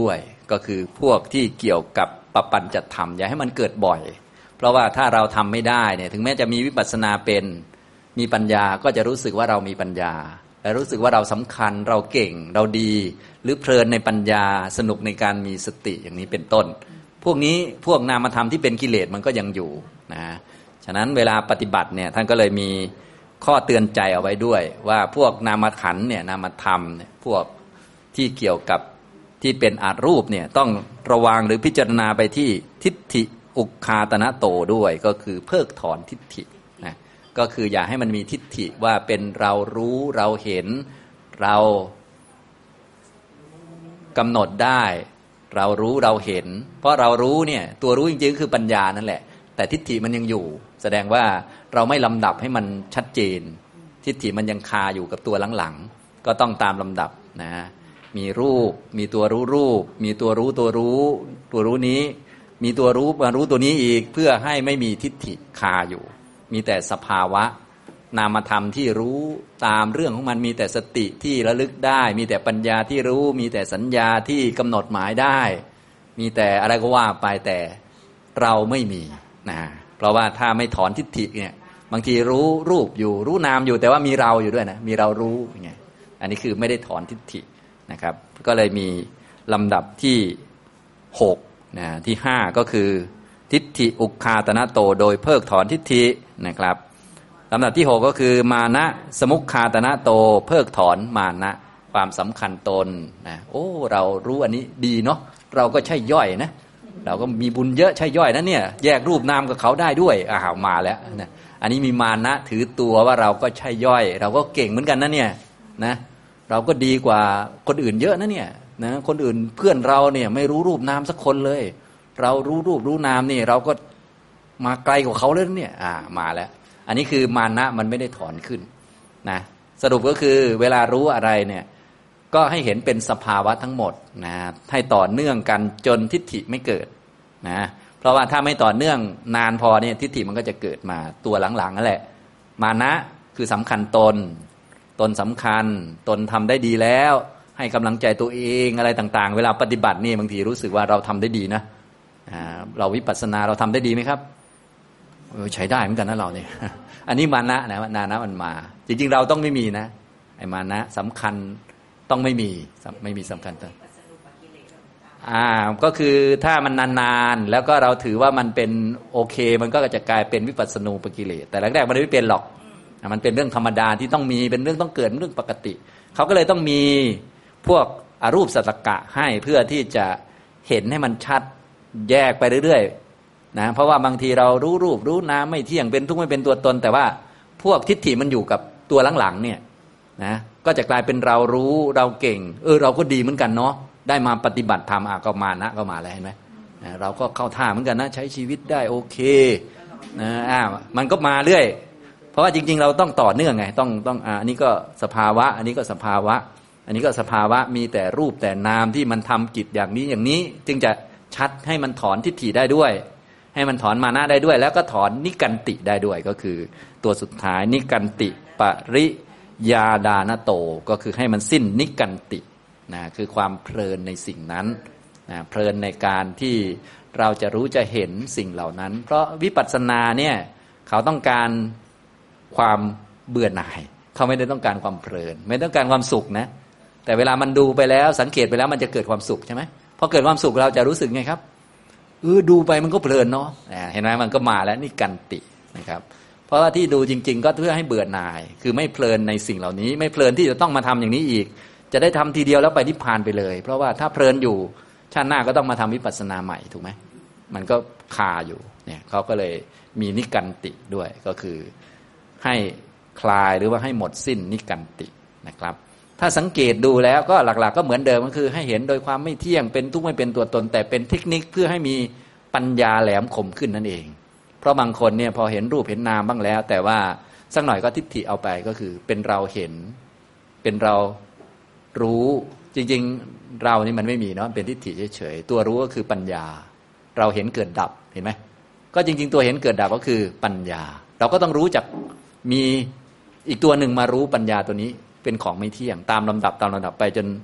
Speaker 1: ก็คือพวกที่เกี่ยวกับปปัญจธรรมอย่าให้มันเกิดบ่อยเพราะว่าถ้าเราทำไม่ได้เนี่ยถึงแม้จะมีวิปัสสนาเป็นมีปัญญาก็จะรู้สึกว่าเรามีปัญญาและรู้สึกว่าเราสำคัญเราเก่งเราดีหรือเพลินในปัญญาสนุกในการมีสติอย่างนี้เป็นต้นพวกนี้พวกนามธรรมที่เป็นกิเลสมันก็ยังอยู่นะฉะนั้นเวลาปฏิบัติเนี่ยท่านก็เลยมีข้อเตือนใจเอาไว้ด้วยว่าพวกนามขันธ์เนี่ยนามธรรมเนี่ยพวกที่เกี่ยวกับที่เป็นอารูปเนี่ยต้องระวังหรือพิจารณาไปที่ทิฏฐิอุคคาตนะโตด้วยก็คือเพิกถอนทิฏฐินะก็คืออย่าให้มันมีทิฏฐิว่าเป็นเรารู้เราเห็นเรากำหนดได้เรารู้เราเห็นเพราะเรารู้เนี่ยตัวรู้จริงๆคือปัญญานั่นแหละแต่ทิฏฐิมันยังอยู่แสดงว่าเราไม่ลำดับให้มันชัดเจนทิฏฐิมันยังคาอยู่กับตัวหลังๆก็ต้องตามลำดับนะมีรูปมีตัวรู้รูปมีตัวรู้ตัวรู้ตัวรู้นี้มีตัวรู้มารู้ตัวนี้อีกเพื่อให้ไม่มีทิฏฐิคาอยู่มีแต่สภาวะนามธรรมที่รู้ตามเรื่องของมันมีแต่สติที่ระลึกได้มีแต่ปัญญาที่รู้มีแต่สัญญาที่กำหนดหมายได้มีแต่อะไรก็ว่าไปแต่เราไม่มีนะเพราะว่าถ้าไม่ถอนทิฏฐิเนี่ยบางทีรู้รูปอยู่รู้นามอยู่แต่ว่ามีเราอยู่ด้วยนะมีเรารู้อย่างเงี้ยอันนี้คือไม่ได้ถอนทิฏฐินะครับก็เลยมีลำดับที่หกนะที่ห้าก็คือทิฏฐิอุคคาตนะโตโดยเพิกถอนทิฏฐินะครับลำดับที่หกก็คือมานะสมุคคาตนะโตเพิกถอนมานะความสำคัญตนนะโอ้เรารู้อันนี้ดีเนาะเราก็ใช่ย่อยนะเราก็มีบุญเยอะใช่ย่อยนะเนี่ยแยกรูปนามกับเขาได้ด้วยอ้าวมาแล้วนะอันนี้มีมานะถือตัวว่าเราก็ใช่ย่อยเราก็เก่งเหมือนกันนะเนี่ยนะเราก็ดีกว่าคนอื่นเยอะนะเนี่ยนะคนอื่นเพื่อนเราเนี่ยไม่รู้รูปนามสักคนเลยเรารู้รูปรู้นามนี่เราก็มาไกลกว่าเขาเลยเนี่ยอ่ามาแล้วอันนี้คือมานะมันไม่ได้ถอนขึ้นนะสรุปก็คือเวลารู้อะไรเนี่ยก็ให้เห็นเป็นสภาวะทั้งหมดนะให้ต่อเนื่องกันจนทิฏฐิไม่เกิดนะเพราะว่าถ้าไม่ต่อเนื่องนานพอเนี่ยทิฏฐิมันก็จะเกิดมาตัวหลังๆนั่นแหละมานะคือสำคัญตนตนสำคัญตนทำได้ดีแล้วให้กำลังใจตัวเองอะไรต่างๆเวลาปฏิบัตินี่บางทีรู้สึกว่าเราทำได้ดีนะเราวิปัสสนาเราทำได้ดีไหมครับใช้ได้เหมือนกันนะเราเนี่ยอันนี้มานะนะนานะมันมาจริงๆเราต้องไม่มีนะไอ้มานะสำคัญต้องไม่มีไม่มีสำคัญตัวอ่าก็คือถ้ามันนานๆแล้วก็เราถือว่ามันเป็นโอเคมันก็จะกลายเป็นวิปัสสนูปกิเลสแต่แรกๆมันไม่เป็นหรอกมันเป็นเรื่องธรรมดาที่ต้องมีเป็นเรื่องต้องเกิดเรื่องปกติเขาก็เลยต้องมีพวกอรูปสัตตกะให้เพื่อที่จะเห็นให้มันชัดแยกไปเรื่อยๆนะเพราะว่าบางทีเรารู้รูปรู้นามไม่เที่ยงเป็นทุกข์ไม่เป็นตัวตนแต่ว่าพวกทิฏฐิมันอยู่กับตัวหลังๆเนี่ยนะก็จะกลายเป็นเรารู้เราเก่งเออเราก็ดีเหมือนกันเนาะได้มาปฏิบัติธรรมอ่ะก็มานะก็มาแล้วเห็นไหมนะเราก็เข้าท่าเหมือนกันนะใช้ชีวิตได้โอเคนะอ่ามันก็มาเรื่อยเพราะว่าจริงๆเราต้องต่อเนื่องไงต้องต้องอ่าอันนี้ก็สภาวะอันนี้ก็สภาวะอันนี้ก็สภาวะมีแต่รูปแต่นามที่มันทำกิจอย่างนี้อย่างนี้จึงจะชัดให้มันถอนทิฏฐิได้ด้วยให้มันถอนมานะได้ด้วยแล้วก็ถอนนิกันติได้ด้วยก็คือตัวสุดท้ายนิกันติปริยาดานโตก็คือให้มันสิ้นนิกันตินะคือความเพลินในสิ่งนั้นนะเพลินในการที่เราจะรู้จะเห็นสิ่งเหล่านั้นเพราะวิปัสสนาเนี่ยเขาต้องการความเบื่อหน่ายเขาไม่ได้ต้องการความเพลินไม่ต้องการความสุขนะแต่เวลามันดูไปแล้วสังเกตไปแล้วมันจะเกิดความสุขใช่ไหมพอเกิดความสุขเราจะรู้สึกไงครับเออดูไปมันก็เพลินเนาะเห็นไหมมันก็มาแล้วนี่กันตินะครับเพราะว่าที่ดูจริงๆก็เพื่อให้เบื่อหน่ายคือไม่เพลินในสิ่งเหล่านี้ไม่เพลินที่จะต้องมาทำอย่างนี้อีกจะได้ทำทีเดียวแล้วไปนิพพานไปเลยเพราะว่าถ้าเพลินอยู่ชาติหน้าก็ต้องมาทำวิปัสสนาใหม่ถูกไหมมันก็คาอยู่เนี่ยเขาก็เลยมีนิกันติด้วยก็คือให้คลายหรือว่าให้หมดสิ้นนิกันตินะครับถ้าสังเกตดูแล้วก็หลักๆก็เหมือนเดิมก็คือให้เห็นโดยความไม่เที่ยงเป็นทุกข์ไม่เป็นตัวตนแต่เป็นเทคนิคเพื่อให้มีปัญญาแหลมคมขึ้นนั่นเองเพราะบางคนเนี่ยพอเห็นรูปเห็นนามบ้างแล้วแต่ว่าสักหน่อยก็ทิฏฐิเอาไปก็คือเป็นเราเห็นเป็นเรารู้จริงๆเรานี่มันไม่มีเนาะเป็นทิฏฐิเฉยๆตัวรู้ก็คือปัญญาเราเห็นเกิดดับเห็นไหมก็จริงๆตัวเห็นเกิดดับก็คือปัญญาเราก็ต้องรู้จักมีอีกตัวหนึ่งมารู้ปัญญาตัวนี้เป็นของไม่เที่ยงตามลำดับตามลำดับไปจน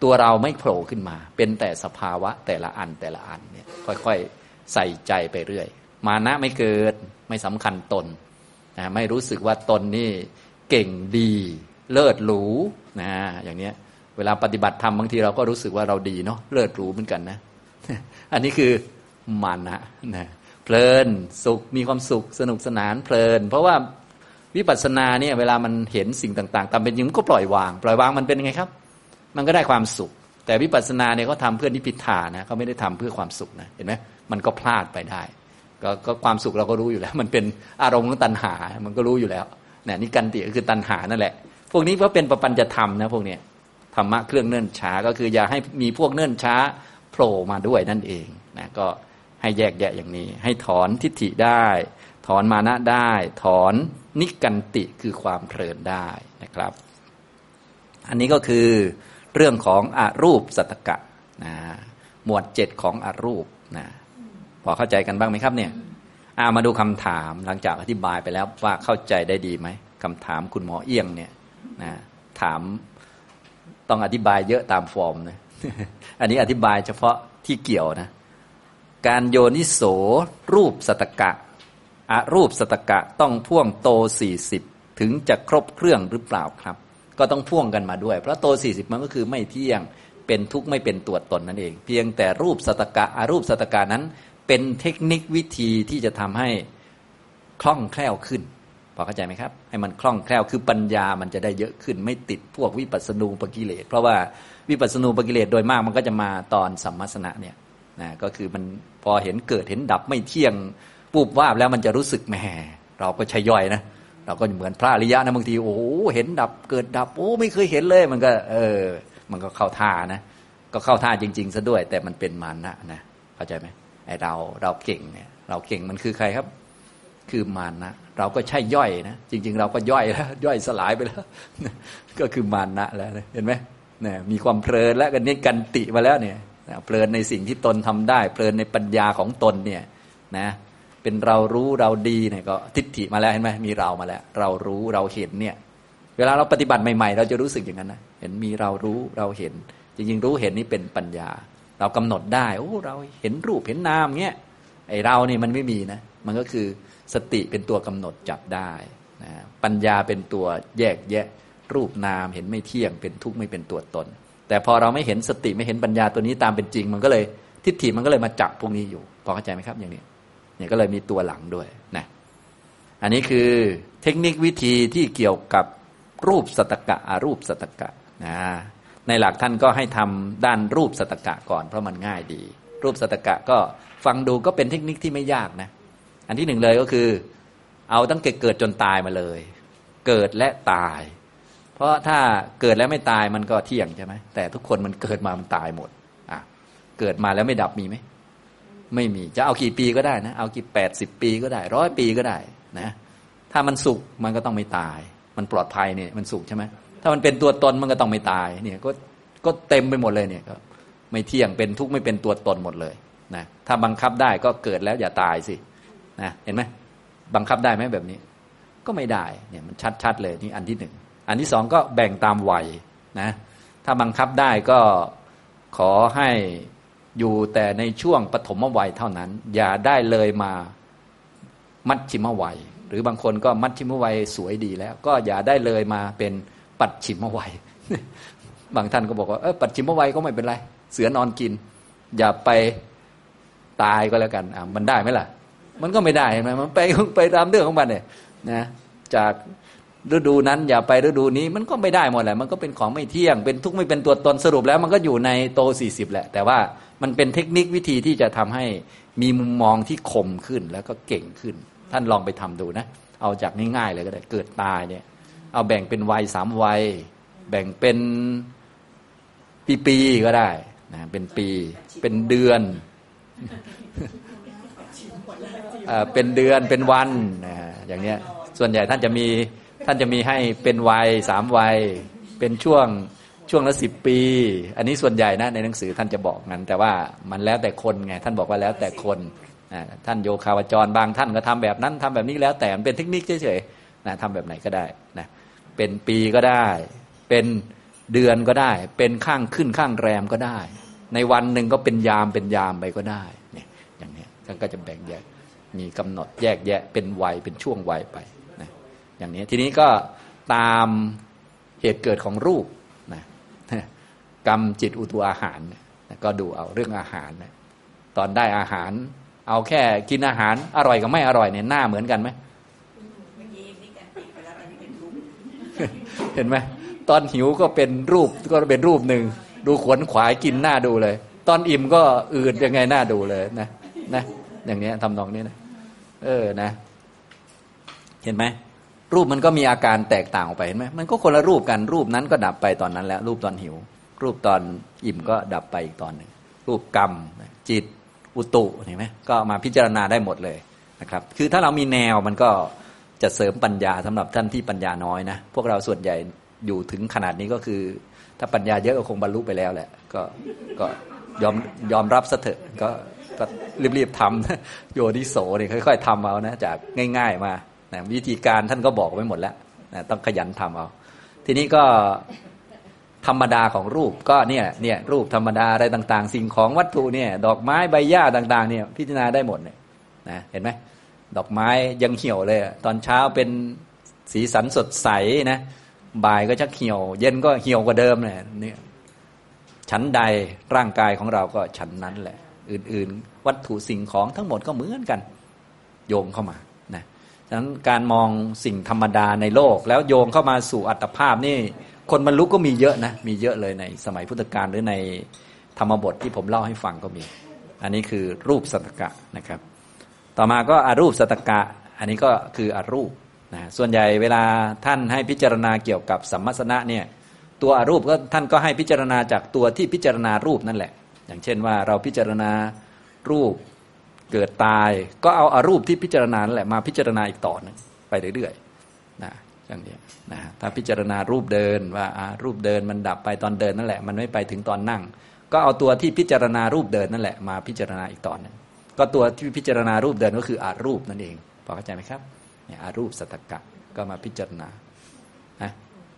Speaker 2: ตัวเราไม่โผล่ขึ้นมาเป็นแต่สภาวะแต่ละอันแต่ละอันเนี่ยค่อยๆใส่ใจไปเรื่อยมานะไม่เกิดไม่สำคัญตนนะไม่รู้สึกว่าตนนี่เก่งดีเลิศหรูนะอย่างเนี้ยเวลาปฏิบัติธรรมบางทีเราก็รู้สึกว่าเราดีเนาะเลิศหรูเหมือนกันนะ อันนี้คือมานะนะเพลินสุขมีความสุขสนุกสนานเพลินเพราะว่าวิปัสสนาเนี่ยเวลามันเห็นสิ่งต่างๆตามเป็นจริงมันก็ปล่อยวางปล่อยวางมันเป็นยังไงครับมันก็ได้ความสุขแต่วิปัสสนาเนี่ยเขาทำเพื่อนิพพิทานะเขาไม่ได้ทำเพื่อความสุขนะเห็นไหมมันก็พลาดไปได้ก็ก็ความสุขเราก็รู้อยู่แล้วมันเป็นอารมณ์ของตัณหามันก็รู้อยู่แล้วเนี่ยนี่กันติก็คือตัณหานั่นแหละพวกนี้ก็เป็นประปัญจธรรมนะพวกเนี้ยธรรมะเครื่องเนิ่นช้าก็คืออย่าให้มีพวกเนิ่นช้าโผล่มาด้วยนั่นเองนะก็ให้แยกแยะอย่างนี้ให้ถอนทิฏฐิได้ถอนมานะได้ถอนนิกันติคือความเพลินได้นะครับอันนี้ก็คือเรื่องของอรูปสัตตกะนะหมวดเจ็ดของอรูปนะพอเข้าใจกันบ้างไหมครับเนี่ยอามาดูคำถามหลังจากอธิบายไปแล้วว่าเข้าใจได้ดีไหมคำถามคุณหมอเอี้ยงเนี่ยนะถามต้องอธิบายเยอะตามฟอร์มนะ อันนี้อธิบายเฉพาะที่เกี่ยวนะการโยนิโสรูปสัตตกะอรูปสัตตกะต้องพ่วงโตสี่สิบถึงจะครบเครื่องหรือเปล่าครับก็ต้องพ่วงกันมาด้วยเพราะโตสี่สิบมันก็คือไม่เที่ยงเป็นทุกข์ไม่เป็นตัวตนนั่นเองเพียงแต่รูปสัตตกะอรูปสัตตกะนั้นเป็นเทคนิควิธีที่จะทำให้คล่องแคล่วขึ้นพอเข้าใจไหมครับให้มันคล่องแคล่วคือปัญญามันจะได้เยอะขึ้นไม่ติดพวกวิปัสสนูปกิเลสเพราะว่าวิปัสสนูปกิเลสโดยมากมันก็จะมาตอนสัมมัสสนะเนี่ยนะก็คือมันพอเห็นเกิดเห็นดับไม่เที่ยงปุ๊บวาบแล้วมันจะรู้สึกแหมเราก็ใช่ย่อยนะเราก็เหมือนพระอริยะนะบางทีโอ้เห็นดับเกิดดับโอ้ไม่เคยเห็นเลยมันก็เออมันก็เข้าท่านะก็เข้าท่าจริงๆซะด้วยแต่มันเป็นมานะนะเข้าใจไหมไอเราเราเก่งเนี่ยเราเก่งมันคือใครครับคือมานะเราก็ใช่ย่อยนะจริงๆเราก็ย่อยแล้วย่อยสลายไปแล้วก็คือมานะแล้วเห็นไหมเนี่ยมีความเพลินแล้วกันนี่กันติมาแล้วเนี่ยเพลินในสิ่งที่ตนทำได้เพลินในปัญญาของตนเนี่ยนะเป็นเรารู้เราดีเนี่ยก็ทิฏฐิมาแล้วเห็นไหมมีเรามาแล้วเรารู้เราเห็นเนี่ยเวลาเราปฏิบัติใหม่ๆเราจะรู้สึกอย่างนั้นนะเห็นมีเรารู้เราเห็นจริงๆรู้เห็นนี่เป็นปัญญาเรากำหนดได้โอ้เราเห็นรูปเห็นนามเงี้ยไอเรานี่มันไม่มีนะมันก็คือสติเป็นตัวกำหนดจับได้นะปัญญาเป็นตัวแยกแยะรูปนามเห็นไม่เที่ยงเป็นทุกข์ไม่เป็นตัวตนแต่พอเราไม่เห็นสติไม่เห็นปัญญาตัวนี้ตามเป็นจริงมันก็เลยทิฏฐิมันก็เลยมาจับพวกนี้อยู่พอเข้าใจไหมครับอย่างนี้เนี่ยก็เลยมีตัวหลังด้วยนะอันนี้คือเทคนิควิธีที่เกี่ยวกับรูปสัตตกะอรูปสัตตกะนะในหลักท่านก็ให้ทำด้านรูปสัตตกะก่อนเพราะมันง่ายดีรูปสัตตกะก็ฟังดูก็เป็นเทคนิคที่ไม่ยากนะอันที่หนึ่งเลยก็คือเอาตั้งแต่เกิดจนตายมาเลยเกิดและตายเพราะถ้าเกิดแล้วไม่ตายมันก็เที่ยงใช่ไหมแต่ทุกคนมันเกิดมามันตายหมดอ่ะเกิดมาแล้วไม่ดับมีไหมไม่มีจะเอากี่ปีก็ได้นะเอากี่แปดสิบปีก็ได้ร้อยปีก็ได้นะถ้ามันสุขมันก็ต้องไม่ตายมันปลอดภัยเนี่ยมันสุขใช่ไหมถ้ามันเป็นตัวตนมันก็ต้องไม่ตายเนี่ยก็ก็เต็มไปหมดเลยเนี่ยก็ไม่เที่ยงเป็นทุกข์ไม่เป็นตัวตนหมดเลยนะถ้าบังคับได้ก็เกิดแล้วอย่าตายสินะเห็นไหมบังคับได้ไหมแบบนี้ก็ไม่ได้เนี่ยมันชัดๆเลยนี่อันที่หนึ่งอันที่สองก็แบ่งตามวัยนะถ้าบังคับได้ก็ขอให้อยู่แต่ในช่วงปฐมวัยเท่านั้นอย่าได้เลยมามัชชิมวัยหรือบางคนก็มัชชิมวัยสวยดีแล้วก็อย่าได้เลยมาเป็นปัจฉิมวัย บางท่านก็บอกว่าเออปัจฉิมวัยก็ไม่เป็นไรเสือนอนกินอย่าไปตายก็แล้วกันอ่ะมันได้ไหมล่ะมันก็ไม่ได้เห็นไหมมันไปไปตามเรื่องของมันเนี่ยนะจากฤดูนั้นอย่าไปฤดูนี้มันก็ไม่ได้หมดแหละมันก็เป็นของไม่เที่ยงเป็นทุกข์ไม่เป็นตัวตนสรุปแล้วมันก็อยู่ในโตสี่สิบแหละแต่ว่ามันเป็นเทคนิควิธีที่จะทำให้มีมุมมองที่คมขึ้นแล้วก็เก่งขึ้นท่านลองไปทำดูนะเอาจากง่ายๆเลยก็ได้เกิดตายเนี่ยเอาแบ่งเป็นวัยสามวัยแบ่งเป็นปีๆก็ได้นะเป็นปีเป็นเดือนเป็นเดือนเป็นวันนะอย่างเนี้ยส่วนใหญ่ท่านจะมีท่านจะมีให้เป็นวัยสามวัยเป็นช่วงช่วงละสิบปีอันนี้ส่วนใหญ่นะในหนังสือท่านจะบอกงั้นแต่ว่ามันแล้วแต่คนไงท่านบอกว่าแล้วแต่คนท่านโยคาวจรบางท่านก็ทำแบบนั้นทำแบบนี้แล้วแต่มันเป็นเทคนิคเฉยๆนะทำแบบไหนก็ได้นะเป็นปีก็ได้เป็นเดือนก็ได้เป็นข้างขึ้นข้างแรมก็ได้ในวันหนึ่งก็เป็นยามเป็นยามไปก็ได้เนี่ยอย่างนี้ท่านก็จะแบ่งแยกมีกำหนดแยกแยะเป็นวัยเป็นช่วงวัยไปนะอย่างนี้ทีนี้ก็ตามเหตุเกิดของรูปนะกรรมจิตอุตุอาหารนะก็ดูเอาเรื่องอาหารนะตอนได้อาหารเอาแค่กินอาหารอร่อยกับไม่อร่อยเนี่ยหน้าเหมือนกันไหมเห็นไหมตอนหิวก็เป็นรูปก็เป็นรูปหนึ่งดูขวนขวายกินหน้าดูเลยตอนอิ่มก็อืดยังไงหน้าดูเลยนะนะอย่างนี้ทำนองนี้นะเออนะเห็นไหมรูปมันก็มีอาการแตกต่างออกไปเห็นไหมมันก็คนละรูปกันรูปนั้นก็ดับไปตอนนั้นแล้วรูปตอนหิวรูปตอนอิ่มก็ดับไปอีกตอนหนึ่งรูปกรรมจิตอุตุเห็นไหมก็มาพิจารณาได้หมดเลยนะครับคือถ้าเรามีแนวมันก็จะเสริมปัญญาสำหรับท่านที่ปัญญาน้อยนะพวกเราส่วนใหญ่อยู่ถึงขนาดนี้ก็คือถ้าปัญญาเยอะก็คงบรรลุไปแล้วแหละก็ก็ยอมยอมรับซะเถอะก็ก็รีบๆทำโยนิโสเนี่ยค่อยๆทำเอานะจากง่ายๆมานะวิธีการท่านก็บอกไว้หมดแล้วนะต้องขยันทำเอาทีนี้ก็ธรรมดาของรูปก็เนี่ยเนี่ยรูปธรรมดาอะไรต่างๆสิ่งของวัตถุเนี่ยดอกไม้ใบหญ้าต่างๆเนี่ยพิจารณาได้หมดเนี่ยนะเห็นไหมดอกไม้ยังเหี่ยวเลยตอนเช้าเป็นสีสันสดใสนะบ่ายก็ชักเหี่ยวเย็นก็เหี่ยวกว่าเดิมเนี่ยนี่ฉันใดร่างกายของเราก็ฉันนั้นแหละอื่นๆวัตถุสิ่งของทั้งหมดก็เหมือนกันโยงเข้ามานะฉะนั้นการมองสิ่งธรรมดาในโลกแล้วโยงเข้ามาสู่อัตภาพนี่คนบรรลุก็มีเยอะนะมีเยอะเลยในสมัยพุทธกาลหรือในธรรมบทที่ผมเล่าให้ฟังก็มีอันนี้คือรูปสัตตกะนะครับต่อมาก็อรูปสัตตกะอันนี้ก็คืออรูปนะส่วนใหญ่เวลาท่านให้พิจารณาเกี่ยวกับสัมมัสนะเนี่ยตัวอรูปก็ท่านก็ให้พิจารณาจากตัวที่พิจารณารูปนั่นแหละอย่างเช่นว่าเราพิจารณารูปเกิดตายก็เอาอารูปที่พิจารณานั่นแหละมาพิจารณาอีกต่อนึงไปเรื่อยๆนะอย่างนี้นะถ้าพิจารณารูปเดินว่ารูปเดินมันดับไปตอนเดินนั่นแหละมันไม่ไปถึงตอนนั่งก็เอาตัวที่พิจารณารูปเดินนั่นแหละมาพิจารณาอีกต่อนึงก็ตัวที่พิจารณารูปเดินก็คืออารูปนั่นเองพอเข้าใจไหมครับเนี่ยอารูปสัตตกะก็มาพิจารณานะ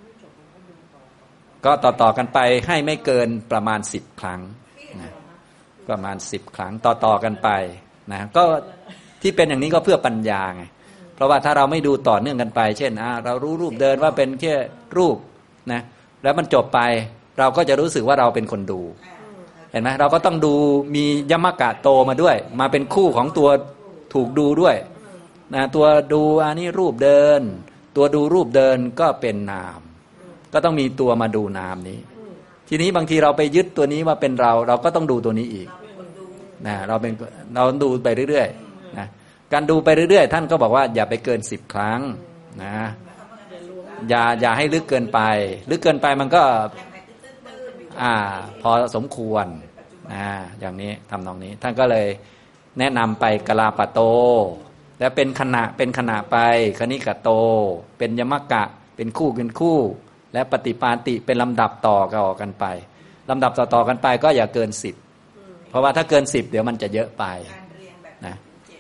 Speaker 2: ก็ต่อๆกันไปให้ไม่เกินประมาณสิบครั้งนะประมาณสิบครั้งต่อๆกันไปนะก็ที่เป็นอย่างนี้ก็เพื่อปัญญาไงเพราะว่าถ้าเราไม่ดูต่อเนื่องกันไปเช่นอ่าเรารู้รูปเดินว่าเป็นแค่รูปนะแล้วมันจบไปเราก็จะรู้สึกว่าเราเป็นคนดูเห็นไหมเราก็ต้องดูมียมกะโตมาด้วยมาเป็นคู่ของตัวถูกดูด้วยนะตัวดูอันนี้รูปเดินตัวดูรูปเดินก็เป็นนามก็ต้องมีตัวมาดูนามนี้ทีนี้บางทีเราไปยึดตัวนี้ว่าเป็นเราเราก็ต้องดูตัวนี้อีกนะเราเป็นเราดูไปเรื่อยๆนะการดูไปเรื่อยๆท่านก็บอกว่าอย่าไปเกินสิบครั้งนะอย่าอย่าให้ลึกเกินไปลึกเกินไปมันก็อ่าพอสมควรนะอย่างนี้ทำนองนี้ท่านก็เลยแนะนำไปกลาปะโตแล้วเป็นขณะเป็นขณะไปคณิกะโตเป็นยมกะเป็นคู่เป็นคู่และปฏิปาติเป็นลำดับต่อกันไปลำดับต่อๆกันไปก็อย่าเกินสิบเพราะว่าถ้าเกินสิบเดี๋ยวมันจะเยอะไปนะ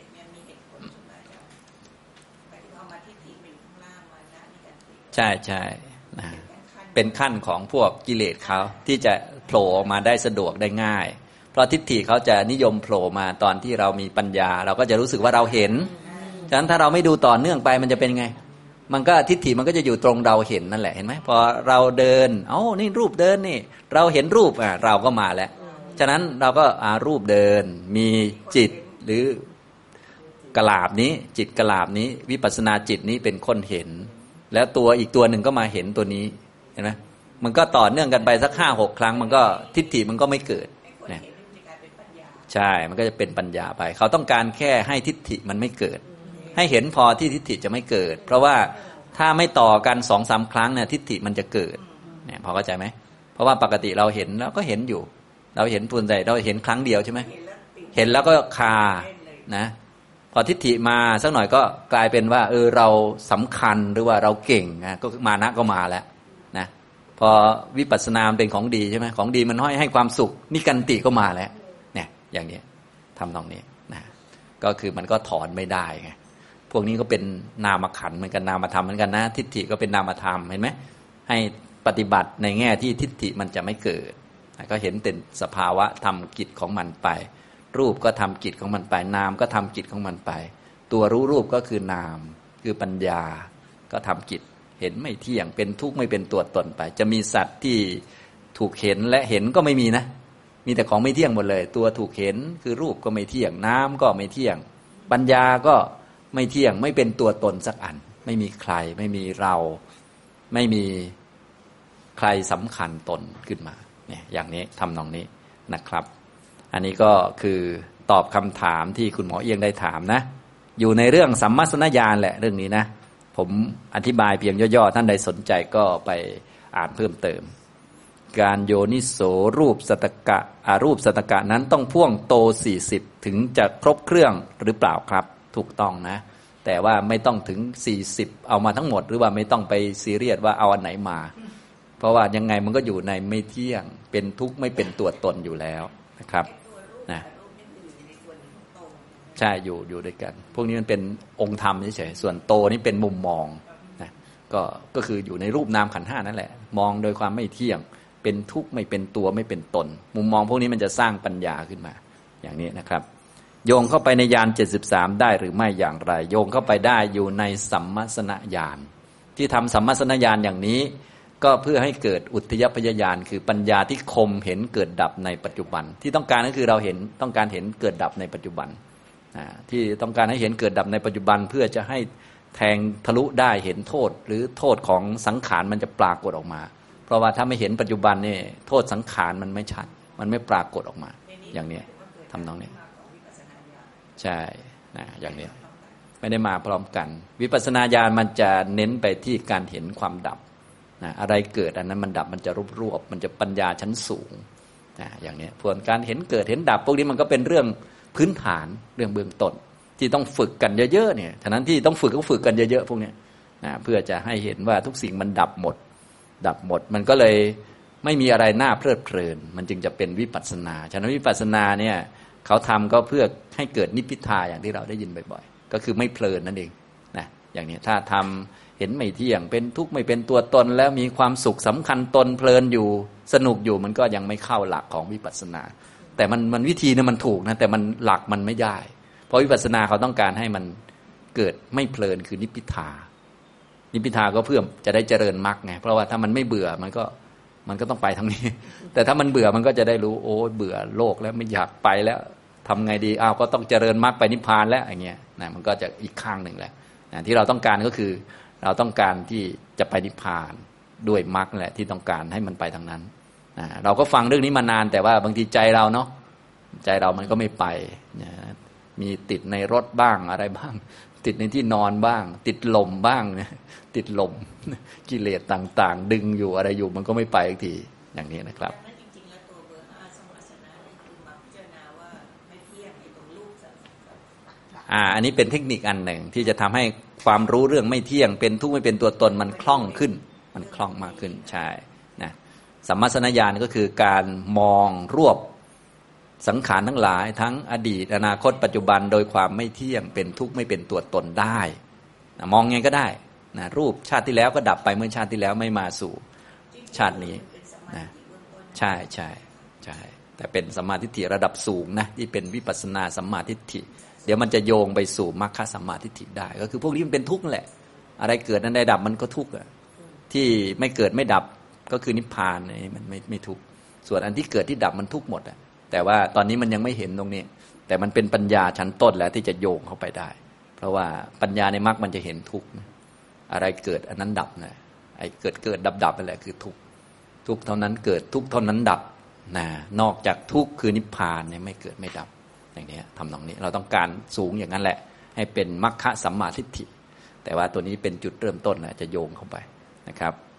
Speaker 2: ใช่ใช่นะเป็นขั้นของพวกกิเลสเขาที่จะโผล่ออกมาได้สะดวกได้ง่ายเพราะทิฏฐิเขาจะนิยมโผล่มาตอนที่เรามีปัญญาเราก็จะรู้สึกว่าเราเห็นฉะนั้นถ้าเราไม่ดูต่อเนื่องไปมันจะเป็นไงมันก็ทิฏฐิมันก็จะอยู่ตรงเราเห็นนั่นแหละเห็นไหมพอเราเดินเอ้านี่รูปเดินนี่เราเห็นรูปอ่ะเราก็มาแล้วฉะนั้นเราก็อ่ารูปเดินมีจิตหรือกลาบนี้จิตกลาบนี้วิปัสสนาจิตนี้เป็นคนเห็นแล้วตัวอีกตัวหนึ่งก็มาเห็นตัวนี้เห็นไหมมันก็ต่อเนื่องกันไปสักห้าหกครั้งมันก็ทิฏฐิมันก็ไม่เกิดเนี่ยใช่มันก็จะเป็นปัญญาไปเขาต้องการแค่ให้ทิฏฐิมันไม่เกิดให้เห็นพอที่ทิฏฐิจะไม่เกิดเพราะว่าถ้าไม่ต่อกันสองสามครั้งเนี่ยทิฏฐิมันจะเกิดเนี่ยพอเข้าใจไหมเพราะว่าปกติเราเห็นเราก็เห็นอยู่เราเห็นปูนใจเราเห็นครั้งเดียวใช่ไหมเห็นแล้วก็คานะพอทิฏฐิมาสักหน่อยก็กลายเป็นว่าเออเราสำคัญหรือว่าเราเก่งนะก็มานะก็มาแล้วนะพอวิปัสสนาเป็นของดีใช่ไหมของดีมันให้ให้ความสุขนิกันติก็มาแล้วเนี่ยอย่างนี้ทำตรงนี้นะก็คือมันก็ถอนไม่ได้ไงพวกนี้ก็เป็นนามขันธ์เหมือนกันนามธรรมเหมือนกันนะทิฏฐิก็เป็นนามธรรมเห็นไหมให้ปฏิบัติในแง่ที่ทิฏฐิมันจะไม่เกิดก็เห็นเป็นสภาวะทำกิจของมันไปรูปก็ทำกิจของมันไปนามก็ทำกิจของมันไปตัวรู้รูปก็คือนามคือปัญญาก็ทำกิจเห็นไม่เที่ยงเป็นทุกข์ไม่เป็นตัวตนไปจะมีสัตว์ที่ถูกเห็นและเห็นก็ไม่มีนะมีแต่ของไม่เที่ยงหมดเลยตัวถูกเห็นคือรูปก็ไม่เที่ยงน้ำก็ไม่เที่ยงปัญญาก็ไม่เที่ยงไม่เป็นตัวตนสักอันไม่มีใครไม่มีเราไม่มีใครสำคัญตนขึ้นมาเนี่ยอย่างนี้ทำนองนี้นะครับอันนี้ก็คือตอบคำถามที่คุณหมอเอียงได้ถามนะอยู่ในเรื่องสัมมัสนญาณแหละเรื่องนี้นะผมอธิบายเพียงย่อๆท่านใดสนใจก็ไปอ่านเพิ่มเติมการโยนิโสรูปสัตตกะอารูปสัตตกะนั้นต้องพ่วงโตสี่สิบถึงจะครบเครื่องหรือเปล่าครับถูกต้องนะแต่ว่าไม่ต้องถึงสี่สิบเอามาทั้งหมดหรือว่าไม่ต้องไปซีเรียสว่าเอาอันไหนมาเพราะว่ายังไงมันก็อยู่ในไม่เที่ยงเป็นทุกข์ไม่เป็นตัวตนอยู่แล้วนะครับนะใช่อยู่อยู่ด้วยกันพวกนี้มันเป็นองค์ธรรมเฉยๆส่วนโตนี่เป็นมุมมองนะก็ก็คืออยู่ในรูปนามขันธ์ห้านั่นแหละมองโดยความไม่เที่ยงเป็นทุกข์ไม่เป็นตัวไม่เป็นตนมุมมองพวกนี้มันจะสร้างปัญญาขึ้นมาอย่างนี้นะครับโยงเข้าไปในญาณเจ็ดสิบสามได้หรือไม่อย่างไรโยงเข้าไปได้อยู่ในสัมมัสนญาณที่ทำสัมมัสนญาณอย่างนี้ก็เพื่อให้เกิดอุทธัยพยญาณคือปัญญาที่คมเห็นเกิดดับในปัจจุบันที่ต้องการก็คือเราเห็นต้องการเห็นเกิดดับในปัจจุบันที่ต้องการให้เห็นเกิดดับในปัจจุบันเพื่อจะให้แทงทะลุได้เห็นโทษหรือโทษของสังขารมันจะปรากฏออกมาเพราะว่าถ้าไม่เห็นปัจจุบันนี่โทษสังขารมันไม่ชัดมันไม่ปรากฏออกมาอย่างนี้ทำนองนี้ใช่นะอย่างนี้ไม่ได้มาพร้อมกันวิปัสสนาญาณมันจะเน้นไปที่การเห็นความดับนะอะไรเกิดอันนั้นมันดับมันจะรูปรวบมันจะปัญญาชั้นสูงนะอย่างนี้ส่วนการเห็นเกิดเห็นดับพวกนี้มันก็เป็นเรื่องพื้นฐานเรื่องเบื้องต้นที่ต้องฝึกกันเยอะๆเนี่ยฉะนั้นที่ต้องฝึกก็ฝึกกันเยอะๆพวกนี้นะเพื่อจะให้เห็นว่าทุกสิ่งมันดับหมดดับหมดมันก็เลยไม่มีอะไรน่าเพลิดเพลินมันจึงจะเป็นวิปัสสนาฉะนั้นวิปัสสนาเนี่ยเขาทำก็เพื่อให้เกิดนิพพิทาอย่างที่เราได้ยินบ่อยๆก็คือไม่เพลินนั่นเองนะอย่างนี้ถ้าทำเห็นไม่เที่ยงเป็นทุกข์ไม่เป็นตัวตนแล้วมีความสุขสำคัญตนเพลินอยู่สนุกอยู่มันก็ยังไม่เข้าหลักของวิปัสสนาแต่มันมันวิธีนั้นมันถูกนะแต่มันหลักมันไม่ได้เพราะวิปัสสนาเขาต้องการให้มันเกิดไม่เพลินคือนิพพิทานิพพิทาก็เพื่อจะได้เจริญมรรคไงเพราะว่าถ้ามันไม่เบื่อมันก็มันก็ต้องไปทางนี้แต่ถ้ามันเบื่อมันก็จะได้รู้โอ้เบื่อโลกแล้วไม่อยากไปแล้วทำไงดีอ้าวก็ต้องเจริญมรรคไปนิพพานแล้วอย่างเงี้ยนะมันก็จะอีกข้างหนึ่งแหละนะที่เราต้องการก็คือเราต้องการที่จะไปนิพพานด้วยมรรคแหละที่ต้องการให้มันไปทางนั้นนะเราก็ฟังเรื่องนี้มานานแต่ว่าบางทีใจเราเนาะใจเรามันก็ไม่ไปนะมีติดในรถบ้างอะไรบ้างติดในที่นอนบ้างติดลมบ้างนะติดลมกิเลสต่างๆดึงอยู่อะไรอยู่มันก็ไม่ไปอีกทีอย่างนี้นะครับอ่าอันนี้เป็นเทคนิคอันหนึ่งที่จะทำให้ความรู้เรื่องไม่เที่ยงเป็นทุกข์ไม่เป็นตัวตนมันคล่องขึ้นมันคล่องมากขึ้นใช่นะสัมมัสนญาณก็คือการมองรวบสังขารทั้งหลายทั้งอดีตอนาคตปัจจุบันโดยความไม่เที่ยงเป็นทุกข์ไม่เป็นตัวตนได้นะมองไงก็ได้นะรูปชาติที่แล้วก็ดับไปเมื่อชาติที่แล้วไม่มาสู่ชาตินี้นะใช่ใช่ใช่แต่เป็นสัมมาทิฏฐิระดับสูงนะที่เป็นวิปัสสนาสัมมาทิฏฐิเดี๋ยวมันจะโยงไปสู่มรรคสัมมาทิฏฐิได้ก็คือพวกนี้มันเป็นทุกข์แหละอะไรเกิดนั้นได้ดับมันก็ทุกข์อ่ะที่ไม่เกิดไม่ดับก็คือนิพพานนี่มันไม่ไม่ทุกข์ส่วนอันที่เกิดที่ดับมันทุกข์หมดอ่ะแต่ว่าตอนนี้มันยังไม่เห็นตรงนี้แต่มันเป็นปัญญาชั้นต้นแล้วที่จะโยงเข้าไปได้เพราะว่าปัญญาในมรรคมันจะเห็นทุกข์อะไรเกิดอันนั้นดับนะไอ้เกิดเกิดดับดับนั่นแหละคือทุกข์ทุกข์เท่านั้นเกิดทุกข์เท่านั้นดับนะนอกจากทุกข์คือนิพพานเนี่ยไม่เกิดไม่ดับอย่างนี้ทำตรงนี้เราต้องการสูงอย่างนั้นแหละให้เป็นมรรคสัมมาทิฏฐิแต่ว่าตัวนี้เป็นจุดเริ่มต้นนะจะโยงเข้าไปนะครับ